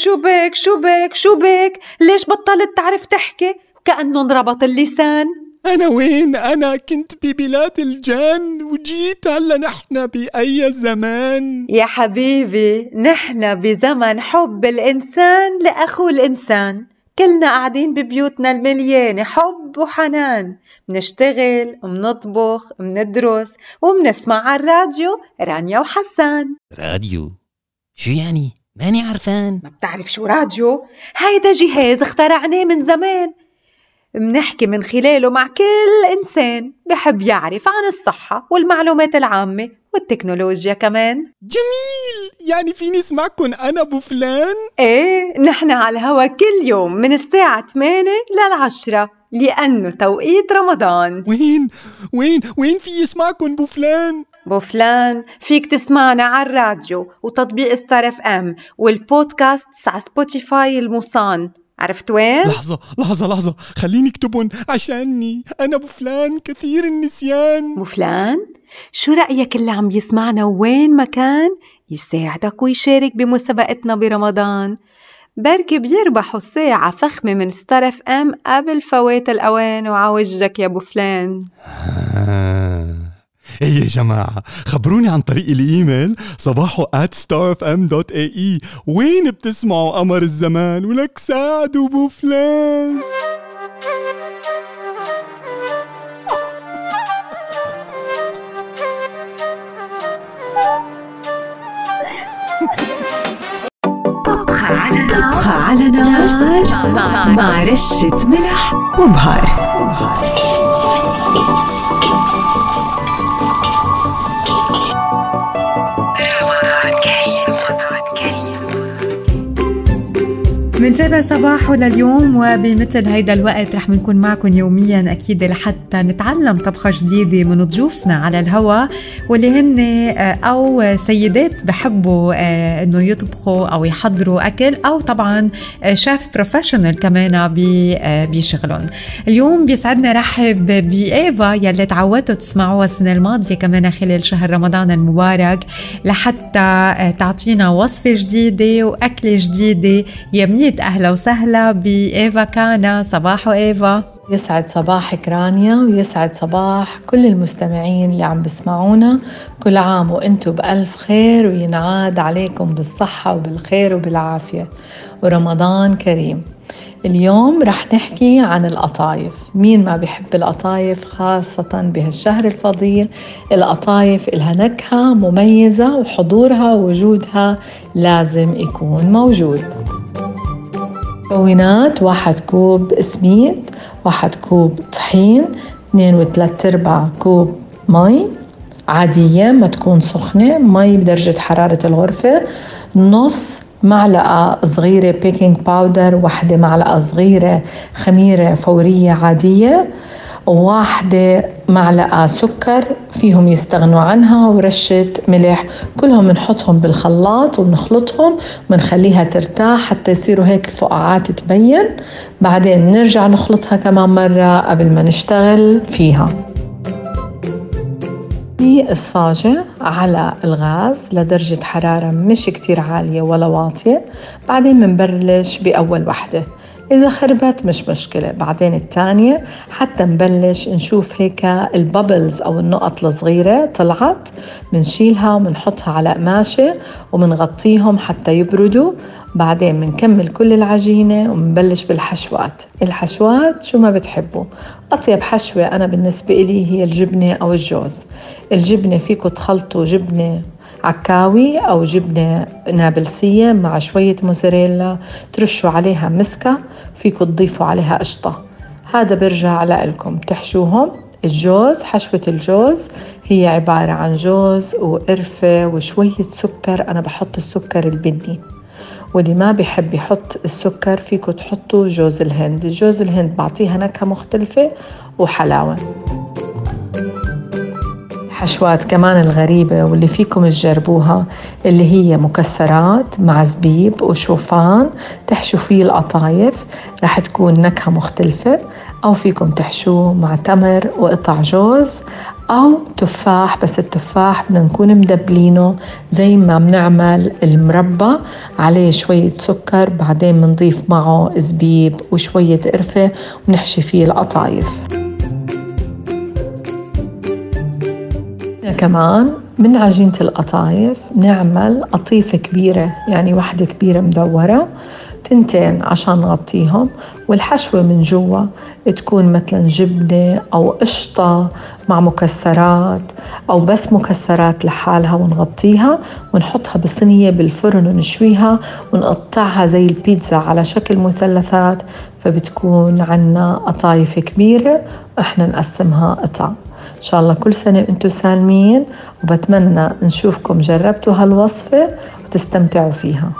بك؟ ليش بطلت تعرف تحكي؟ كأنه انربط اللسان. أنا وين؟ أنا كنت ببلاد الجان وجيت هلا. نحن بأي زمان؟ يا حبيبي نحن بزمن حب الإنسان لأخو الإنسان. كلنا قاعدين ببيوتنا المليانة حب وحنان، منشتغل، منطبخ، مندرس، ومنسمع على الراديو رانيا وحسان. راديو؟ شو يعني؟ ماني عرفان. ما بتعرف شو راديو؟ هيدا جهاز اخترعناه من زمان، منحكي من خلاله مع كل إنسان بحب يعرف عن الصحة والمعلومات العامة والتكنولوجيا كمان. جميل، يعني فيني اسمعكن أنا أبو فلان؟ ايه، نحن على الهوا كل يوم من الساعة 8 ل10 لأنه توقيت رمضان. وين في اسمعكن أبو فلان؟ بو فلان فيك تسمعنا على الراديو وتطبيق ستار اف ام والبودكاست على سبوتيفاي الموصان. عرفت وين؟ لحظة، خليني اكتبهم عشاني. أنا أبو فلان كثير النسيان. بو فلان، شو رأيك اللي عم يسمعنا وين ما كان يساعدك ويشارك بمسابقتنا برمضان؟ بركي بيربحوا ساعة فخمة من ستار اف ام قبل فوات الأوان وعوجك يا بو فلان. ايه يا جماعة، خبروني عن طريق الإيميل صباحو@starfm.ae وين بتسمعوا قمر الزمان، ولك ساعدوا بو فلان. طبخة على نار مع رشة ملح وبهار. منتابع صباحو لليوم، وبمثل هيدا الوقت رح نكون معكم يوميا أكيد لحتى نتعلم طبخة جديدة من ضيوفنا على الهوا، واللي هن أو سيدات بحبوا إنه يطبخوا أو يحضروا أكل، أو طبعا شيف بروفيشنال كمان بشغلهم. اليوم بيسعدنا رحب بإيفا يلي تعودتوا تسمعوها السنة الماضية كمان خلال شهر رمضان المبارك، لحتى تعطينا وصفة جديدة وأكلة جديدة. يمنيت أهلا وسهلا بإيفا كانا. صباحو إيفا. يسعد صباحك رانيا، ويسعد صباح كل المستمعين اللي عم بسمعونا. كل عام وانتم بألف خير، وينعاد عليكم بالصحة وبالخير وبالعافية، ورمضان كريم. اليوم رح نحكي عن القطايف. مين ما بيحب القطايف، خاصة بهالشهر الفضيل؟ القطايف إلها نكهة مميزة، وحضورها ووجودها لازم يكون موجود. مكونات: 1 كوب سميد، 1 كوب طحين، 2 و3/4 كوب مي عادية ما تكون سخنة، مي بدرجة حرارة الغرفة، نص معلقة صغيرة بيكنج باودر، 1 معلقة صغيرة خميرة فورية عادية، 1 معلقة سكر فيهم يستغنوا عنها، ورشة ملح. كلهم بنحطهم بالخلاط وبنخلطهم وبنخليها ترتاح حتى يصيروا هيك الفقاعات تبين. بعدين نرجع نخلطها كمان مرة قبل ما نشتغل فيها. في الصاجة على الغاز لدرجة حرارة مش كتير عالية ولا واطية. بعدين بنبلش بأول وحدة، إذا خربت مش مشكلة، بعدين الثانية حتى نبلش نشوف هيك البابلز أو النقط الصغيرة طلعت، بنشيلها وبنحطها على قماشة وبنغطيهم حتى يبردوا. بعدين بنكمل كل العجينة وبنبلش بالحشوات. الحشوات شو ما بتحبوا، أطيب حشوة أنا بالنسبة لي هي الجبنة أو الجوز. الجبنة فيكم تخلطوا جبنة عكاوي أو جبنة نابلسية مع شوية موزاريلا، ترشوا عليها مسكة، فيكم تضيفوا عليها قشطة. هذا برجع لكم تحشوهم. الجوز، حشوة الجوز هي عبارة عن جوز وقرفة وشوية سكر. أنا بحط السكر البني، واللي ما بيحب يحط السكر فيكم تحطوا جوز الهند. جوز الهند بعطيها نكهة مختلفة وحلاوة. حشوات كمان الغريبة واللي فيكم تجربوها اللي هي مكسرات مع زبيب وشوفان، تحشوا فيه القطايف رح تكون نكهة مختلفة. أو فيكم تحشوه مع تمر وقطع جوز أو تفاح، بس التفاح بدنا نكون مدبلينه زي ما بنعمل المربى، عليه شوية سكر، بعدين بنضيف معه زبيب وشوية قرفة ونحشي فيه القطايف. كمان من عجينة القطايف نعمل قطيفة كبيرة، يعني واحدة كبيرة مدورة، 2 عشان نغطيهم، والحشوة من جوا تكون مثلا جبنة أو قشطة مع مكسرات، أو بس مكسرات لحالها ونغطيها ونحطها بصينية بالفرن ونشويها ونقطعها زي البيتزا على شكل مثلثات، فبتكون عنا قطايف كبيرة وإحنا نقسمها قطع. إن شاء الله كل سنة وإنتم سالمين، وبتمنى نشوفكم جربتوا هالوصفة وتستمتعوا فيها.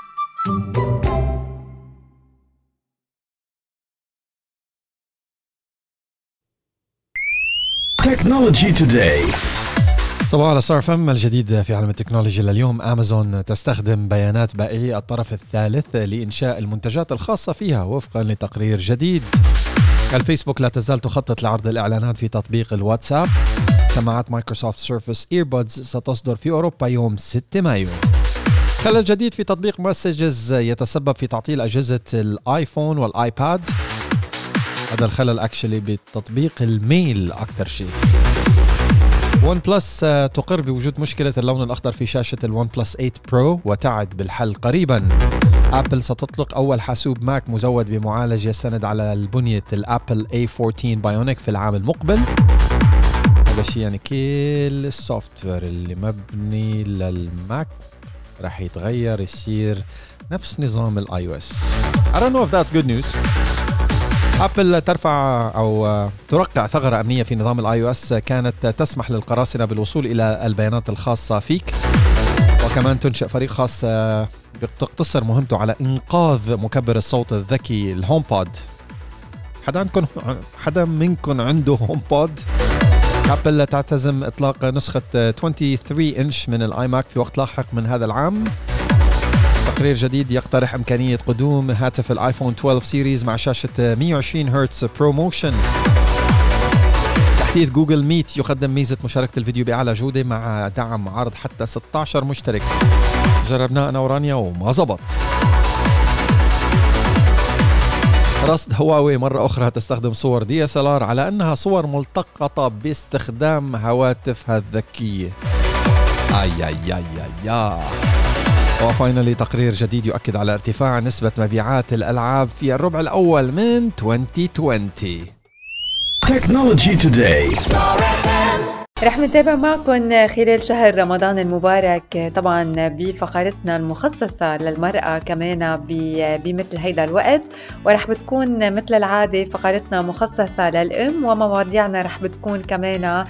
Technology Today. صباح على ستار فم. الجديد في عالم التكنولوجيا لليوم: أمازون تستخدم بيانات بائعي الطرف الثالث لإنشاء المنتجات الخاصة فيها وفقا لتقرير جديد. الفيسبوك لا تزال تخطط لعرض الإعلانات في تطبيق الواتساب. سماعات مايكروسوفت سيرفس إيربودز ستصدر في أوروبا يوم 6 مايو. خلل جديد في تطبيق مسجز يتسبب في تعطيل أجهزة الآيفون والآيباد. هذا الخلل اكشلي بتطبيق الميل أكثر شيء. ون بلس تقر بوجود مشكلة اللون الأخضر في شاشة الون بلس 8 برو وتعد بالحل قريبا. أبل ستطلق أول حاسوب ماك مزود بمعالج يستند على البنية الأبل A14 بايونيك في العام المقبل. هذا الشيء يعني كل السوفت وير اللي مبني للماك راح يتغير يصير نفس نظام الاي او اس. I don't know if that's good news. أبل ترفع أو ترقع ثغرة أمنية في نظام الاي او اس كانت تسمح للقراصنة بالوصول إلى البيانات الخاصة فيك، وكمان تنشئ فريق خاص بتقتصر مهمته على إنقاذ مكبر الصوت الذكي الهوم بود. حدا منكم عنده هوم بود؟ أبل تعتزم إطلاق نسخة 23 إنش من الآي ماك في وقت لاحق من هذا العام. تقرير جديد يقترح إمكانية قدوم هاتف الآيفون 12 سيريز مع شاشة 120 هرتز بروموشن. تحديث جوجل ميت يقدم ميزة مشاركة الفيديو بأعلى جودة مع دعم عرض حتى 16 مشترك. جربناه أنا ورانيا وما زبط. رصد هواوي مرة أخرى تستخدم صور DSLR على أنها صور ملتقطة باستخدام هواتفها الذكية. وفاينالي تقرير جديد يؤكد على ارتفاع نسبة مبيعات الألعاب في الربع الأول من 2020. Technology Today. رح نتابع معكم خلال شهر رمضان المبارك طبعا بفقرتنا المخصصة للمرأة كمان بمثل هيدا الوقت، ورح بتكون مثل العادة فقرتنا مخصصة للأم، ومواضيعنا رح بتكون كمان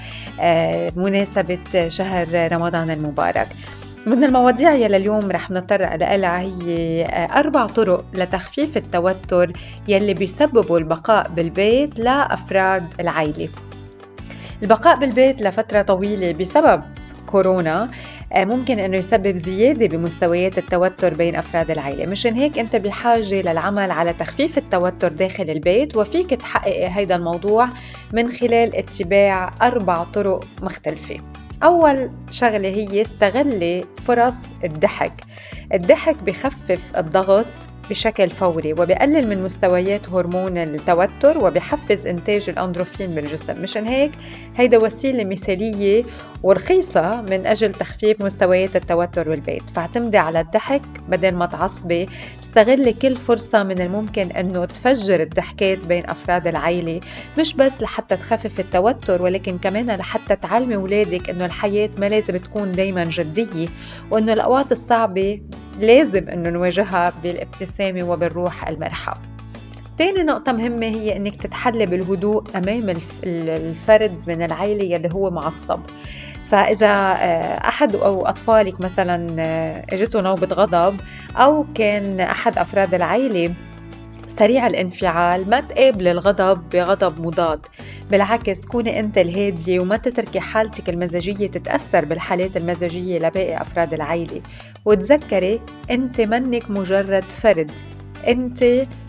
مناسبة شهر رمضان المبارك. من المواضيع يلي اليوم رح نطرق لها هي 4 طرق لتخفيف التوتر يلي بيسببوا البقاء بالبيت لأفراد العائلة. البقاء بالبيت لفترة طويلة بسبب كورونا ممكن أنه يسبب زيادة بمستويات التوتر بين أفراد العائلة. مشان هيك أنت بحاجة للعمل على تخفيف التوتر داخل البيت، وفيك تحقق هيدا الموضوع من خلال اتباع 4 طرق مختلفة. أول شغلة هي استغلي فرص الضحك. الضحك بخفف الضغط بشكل فوري وبيقلل من مستويات هرمون التوتر وبيحفز إنتاج الأندروفين بالجسم. مشان هيك هيدا وسيلة مثالية ورخيصة من أجل تخفيف مستويات التوتر بالبيت. فاعتمدي على الضحك بدل ما تعصبي. استغلي كل فرصة من الممكن أنه تفجر الضحكات بين أفراد العائلة، مش بس لحتى تخفف التوتر ولكن كمان لحتى تعلمي أولادك أنه الحياة ما لازم تكون دايما جدية، وأنه الأوقات الصعبة لازم أنه نواجهها بالابتسامة وبالروح المرحة. تاني نقطة مهمة هي أنك تتحلي بالهدوء أمام الفرد من العائلة يلي هو معصب. فإذا أحد أو أطفالك مثلا اجته نوبة غضب، أو كان أحد أفراد العائلة سريع الانفعال، ما تقابل الغضب بغضب مضاد. بالعكس كوني أنت الهادية وما تتركي حالتك المزاجية تتأثر بالحالات المزاجية لباقي أفراد العائلة. وتذكري أنت منك مجرد فرد، أنت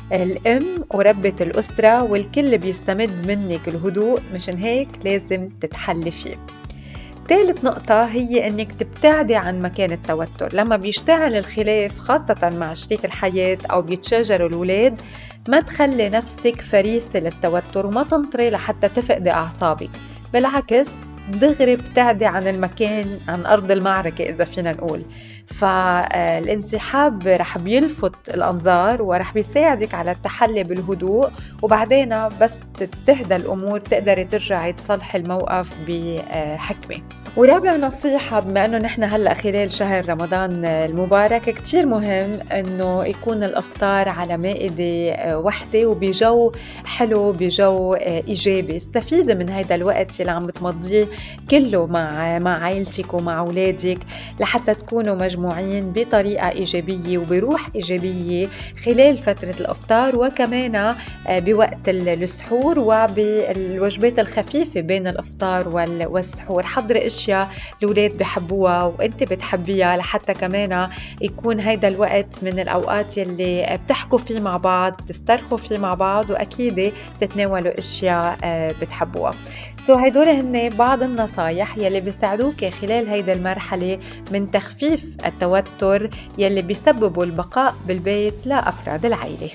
الأم وربة الأسرة، والكل بيستمد منك الهدوء، مشان هيك لازم تتحلي فيه. ثالث نقطة هي أنك تبتعدي عن مكان التوتر. لما بيشتعل الخلاف خاصة مع شريك الحياة أو بيتشاجروا الولاد، ما تخلي نفسك فريسة للتوتر وما تنطري لحتى تفقدي أعصابك، بالعكس دغري ابتعدي عن المكان، عن أرض المعركة إذا فينا نقول. فالانسحاب رح بيلفت الأنظار ورح بيساعدك على التحلي بالهدوء، وبعدين بس تهدى الأمور تقدري ترجعي تصلحي الموقف بحكمة. ورابع نصيحة، بما أنه نحن هلأ خلال شهر رمضان المبارك، كتير مهم أنه يكون الإفطار على مائدة وحدة وبجو حلو، بجو إيجابي. استفيدي من هذا الوقت اللي عم بتمضيه كله مع عائلتك ومع أولادك لحتى تكونوا مجموعين بطريقة إيجابية وبروح إيجابية خلال فترة الإفطار، وكمان بوقت السحور وبالوجبات الخفيفة بين الإفطار والسحور. حضري أشياء الأولاد بحبوها وأنت بتحبيها لحتى كمان يكون هيدا الوقت من الأوقات يلي بتحكوا فيه مع بعض، بتسترخوا فيه مع بعض، وأكيد تتناولوا أشياء بتحبوها. هيدول هن بعض النصايح يلي بيساعدوك خلال هيدا المرحلة من تخفيف التوتر يلي بيسببوا البقاء بالبيت لأفراد العائلة.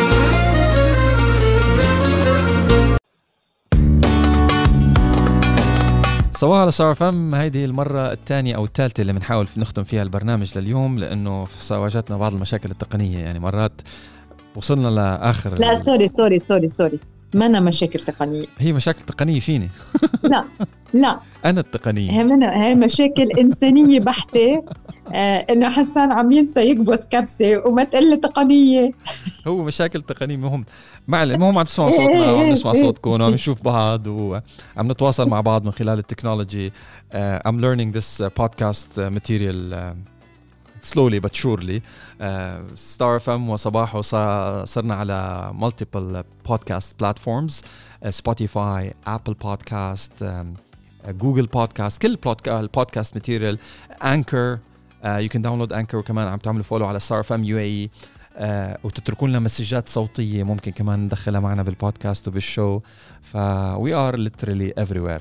صباح على ستار فم. هيدي المرة الثانية أو الثالثة اللي بنحاول نختم فيها البرنامج لليوم، لأنه واجهتنا بعض المشاكل التقنية. يعني مرات وصلنا لآخر. لا سوري ما أنا مشاكل تقنية، هي مشاكل تقنية فيني. لا أنا التقنية، هي مشاكل إنسانية بحتة. إنه حسان عم ينسى يكبس كبسة وما تقل تقنية. هو مشاكل تقنية. المهم عم تسمع صوتنا وعم نسمع صوتكم وعم نشوف بعض وعم نتواصل مع بعض من خلال التكنولوجي. I'm learning this podcast material slowly but surely. Star FM وصباح صرنا على multiple podcast platforms, Spotify, Apple Podcast, Google Podcast, كل podcast material, Anchor. You can download Anchor، وكمان عم تعملوا فولو على Star FM UAE. وتتركوا لنا مسجات صوتية ممكن كمان ندخلها معنا بالبودكاست وبالشو. we are literally everywhere.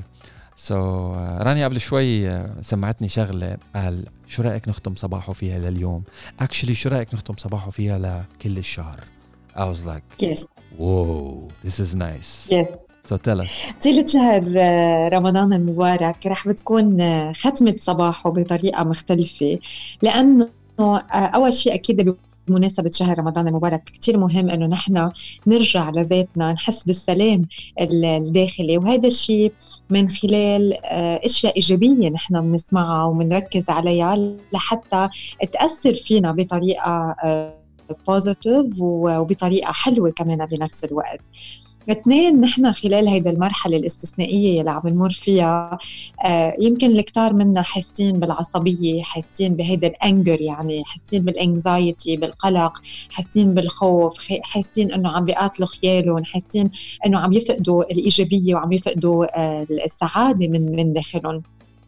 رانيا قبل شوي سمعتني شغلة، قال شو رأيك نختم صباحه فيها لليوم؟ actually شو رأيك نختم صباحه فيها لكل الشهر؟ I was like yes, whoa, this is nice. yes. So tell us. طيلة شهر رمضان المبارك رح بتكون ختمة صباحه بطريقة مختلفة، لأنه أول شيء أكيد بمناسبة شهر رمضان المبارك كتير مهم أنه نحن نرجع لذاتنا، نحس بالسلام الداخلي، وهذا الشيء من خلال أشياء إيجابية نحن بنسمعها وبنركز عليها لحتى تأثر فينا بطريقة بوزيتيف وبطريقة حلوة كمان بنفس الوقت. اثنين، نحن خلال هيدا المرحلة الاستثنائية اللي عم نمر فيها يمكن الكتار منا حاسين بالعصبية، حاسين بهيدا الانجر، يعني حاسين بالانكزايتي، بالقلق، حاسين بالخوف، حاسين انه عم بيقاتلوا خيالهم، حاسين انه عم يفقدوا الإيجابية وعم يفقدوا السعادة من داخلهم.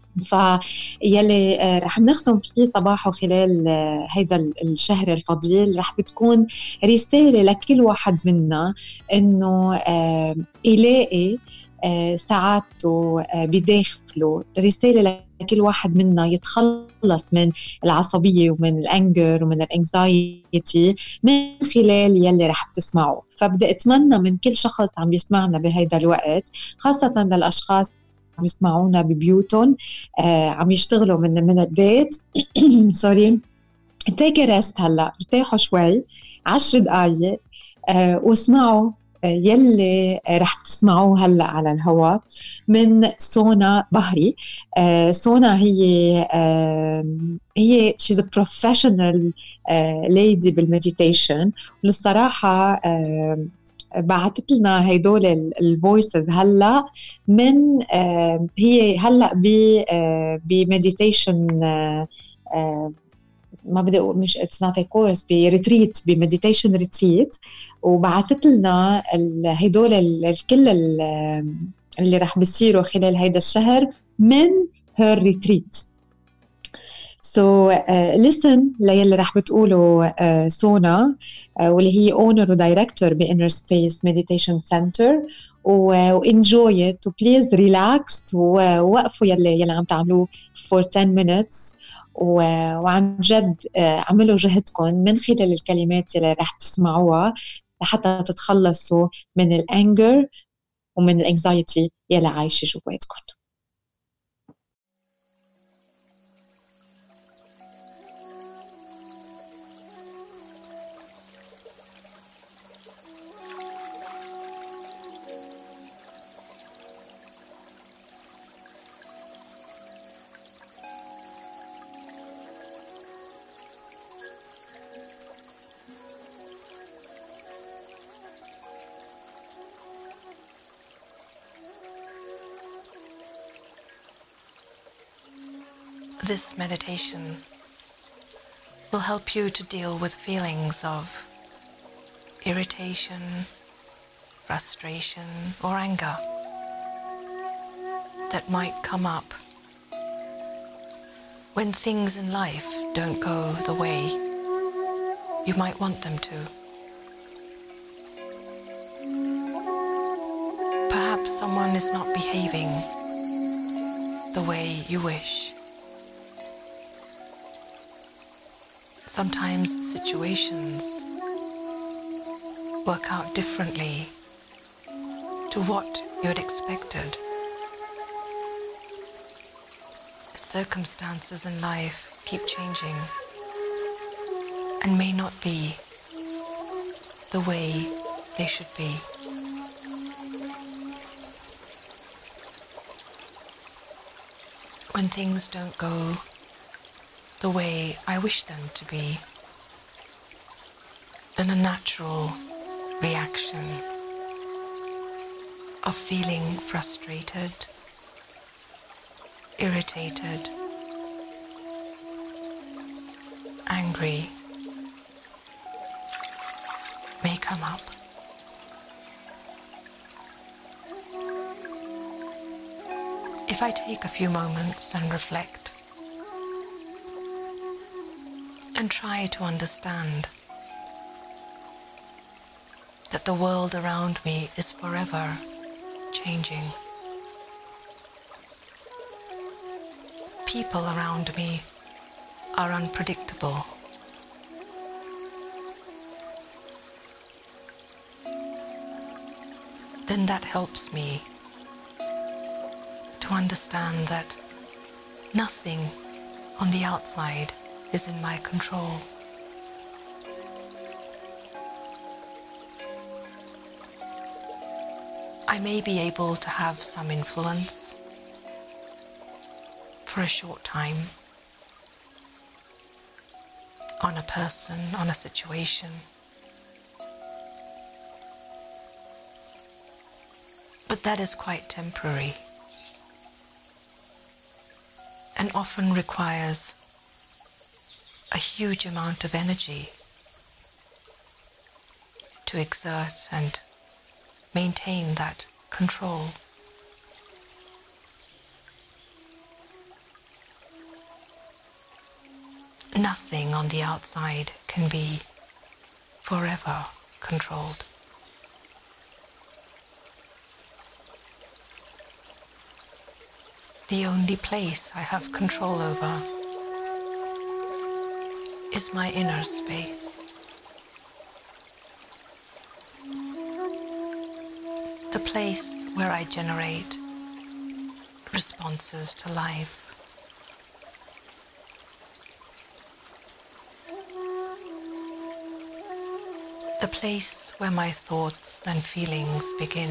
فيلي رح نختم فيه صباحه خلال هيدا الشهر الفضيل رح بتكون رسالة لكل واحد منا إنه يلاقي سعادته بداخله، رسالة لكل واحد منا يتخلص من العصبية ومن الانجر ومن الانكزايتي من خلال يلي رح بتسمعه. فبدأ أتمنى من كل شخص عم يسمعنا بهيدا الوقت، خاصة للأشخاص عم يسمعونا ببيوتهم، عم يشتغلوا من البيت سوري، take a rest هلا، ارتاحوا شوي 10 دقايق واسمعوا يلي رح تسمعوه هلا على الهواء من سونا بهري. سونا هي she's a professional lady بالمديتيشن، وللصراحة بعتت لنا هيدول الفويسز هلا من هي هلا بمديتيشن، ما بدي اقول مش اتس نوت كورس، بريتريت، بمديتيشن ريتريت، وبعتت لنا هيدول الكل اللي راح بيصيروا خلال هيدا الشهر من هير ريتريت. So listen للي رح بتقوله سونا واللي هي owner و director ب Inner Space Meditation Center و enjoy it و please relax ووقفوا يلي عم تعملوه for 10 minutes وعن جد عملوا جهدكم من خلال الكلمات يلي رح تسمعوها لحتى تتخلصوا من الانجر ومن الانكزايتي يلي عايشة جواتكم. This meditation will help you to deal with feelings of irritation, frustration, or anger that might come up when things in life don't go the way you might want them to. Perhaps someone is not behaving the way you wish. Sometimes situations work out differently to what you had expected. Circumstances in life keep changing and may not be the way they should be. When things don't go the way I wish them to be, then a natural reaction of feeling frustrated, irritated, angry may come up. If I take a few moments and reflect and try to understand that the world around me is forever changing. People around me are unpredictable. Then that helps me to understand that nothing on the outside is in my control. I may be able to have some influence for a short time on a person, on a situation, but that is quite temporary and often requires a huge amount of energy to exert and maintain that control. Nothing on the outside can be forever controlled. The only place I have control over is my inner space. The place where I generate responses to life. The place where my thoughts and feelings begin.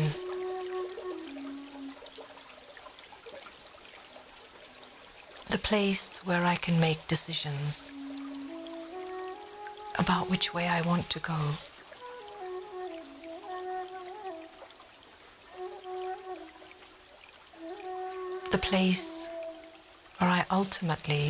The place where I can make decisions about which way I want to go. The place where I ultimately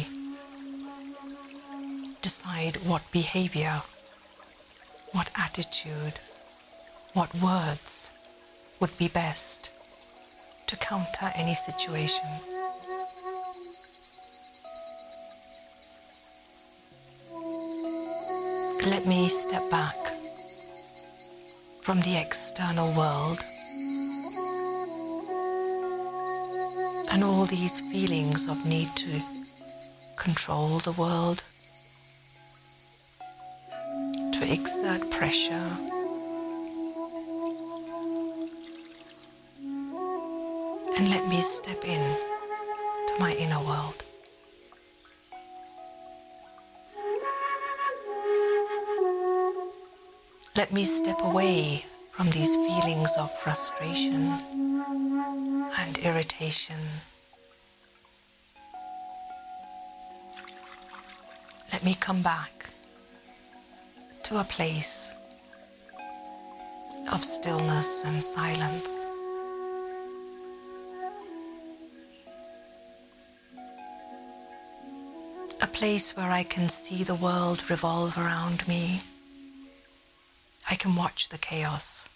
decide what behavior, what attitude, what words would be best to counter any situation. let me step back from the external world and all these feelings of need to control the world, to exert pressure, and let me step in to my inner world. Let me step away from these feelings of frustration and irritation. Let me come back to a place of stillness and silence. A place where I can see the world revolve around me. I can watch the chaos.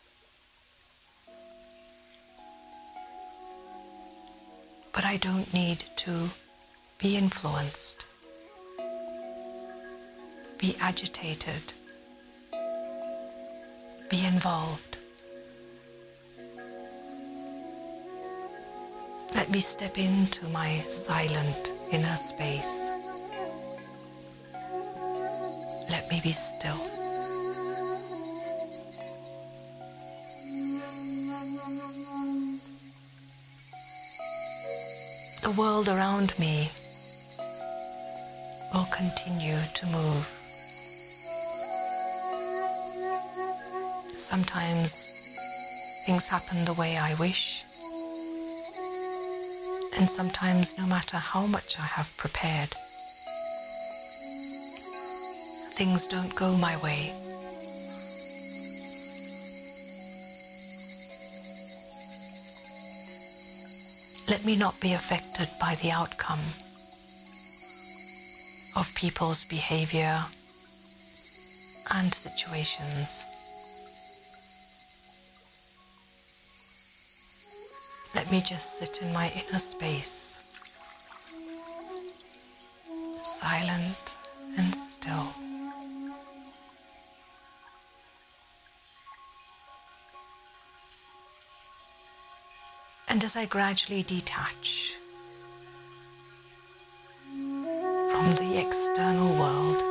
But I don't need to be influenced, be agitated, be involved. Let me step into my silent inner space. Let me be still. The world around me will continue to move. Sometimes things happen the way I wish, and sometimes no matter how much I have prepared, things don't go my way. Let me not be affected by the outcome of people's behavior and situations. Let me just sit in my inner space, silent and still. And as I gradually detach from the external world,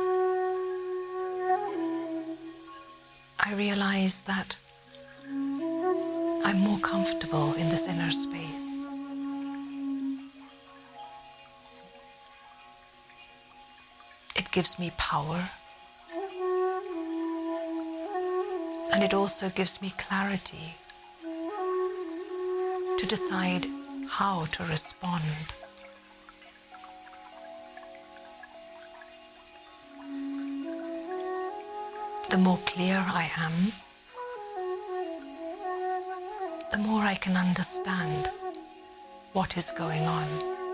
I realize that I'm more comfortable in this inner space. It gives me power, and it also gives me clarity to decide how to respond. The more clear I am, the more I can understand what is going on.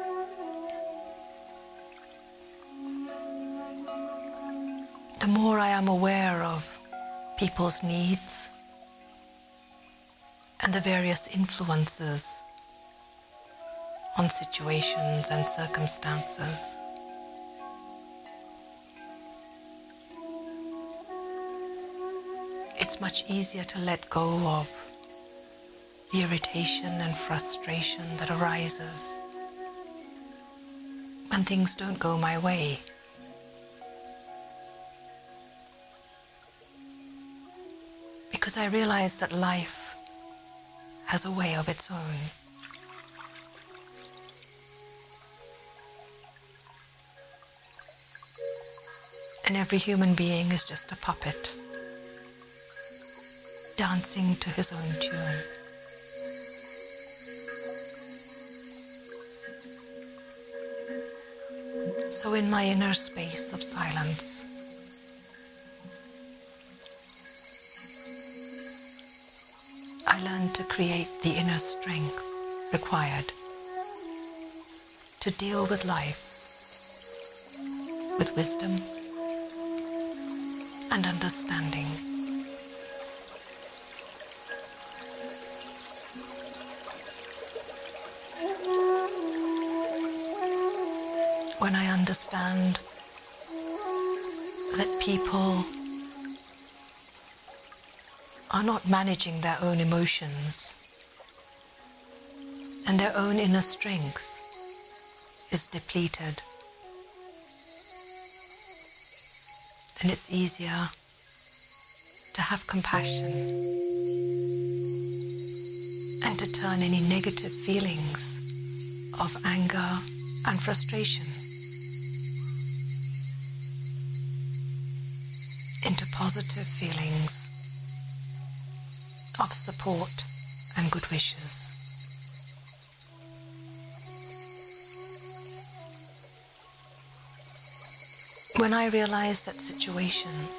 The more I am aware of people's needs and the various influences on situations and circumstances. It's much easier to let go of the irritation and frustration that arises when things don't go my way. Because I realize that life has a way of its own. And every human being is just a puppet, dancing to his own tune. So in my inner space of silence, I learned to create the inner strength required to deal with life with wisdom and understanding. When I understand that people are not managing their own emotions, and their own inner strength is depleted, then it's easier to have compassion and to turn any negative feelings of anger and frustration into positive feelings of support and good wishes. When I realize that situations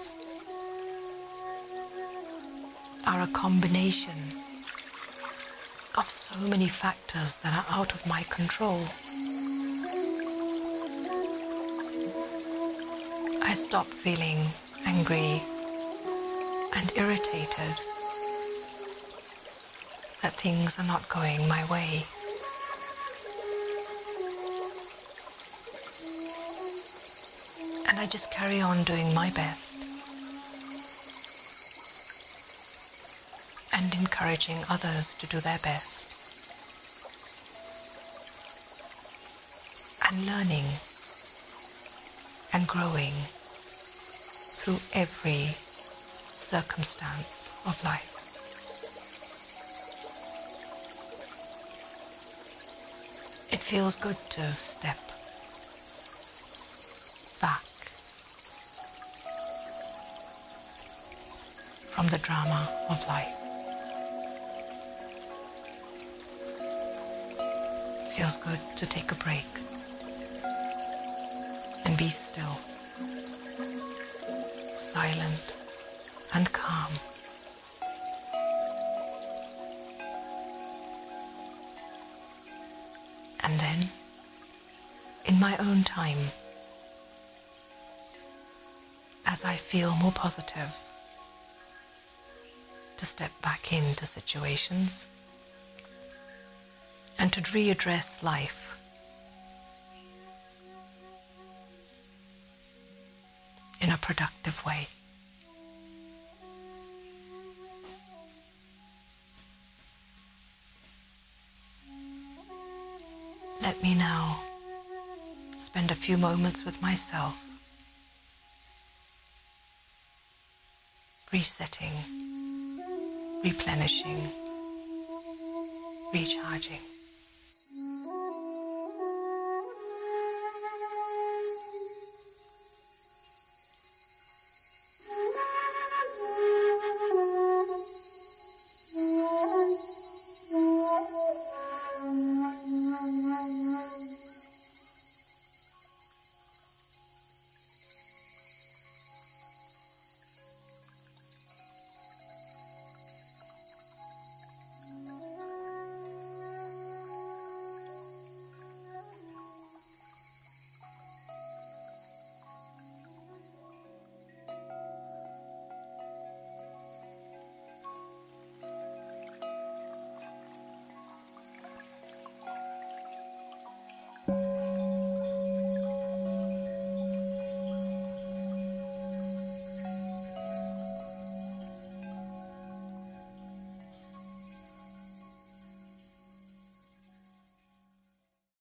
are a combination of so many factors that are out of my control, I stop feeling angry and irritated that things are not going my way. And I just carry on doing my best and encouraging others to do their best and learning and growing through every circumstance of life. It feels good to step back from the drama of life. It feels good to take a break and be still, silent and calm. And then, in my own time, as I feel more positive, to step back into situations and to readdress life in a productive way. Let me now spend a few moments with myself, resetting, replenishing, recharging.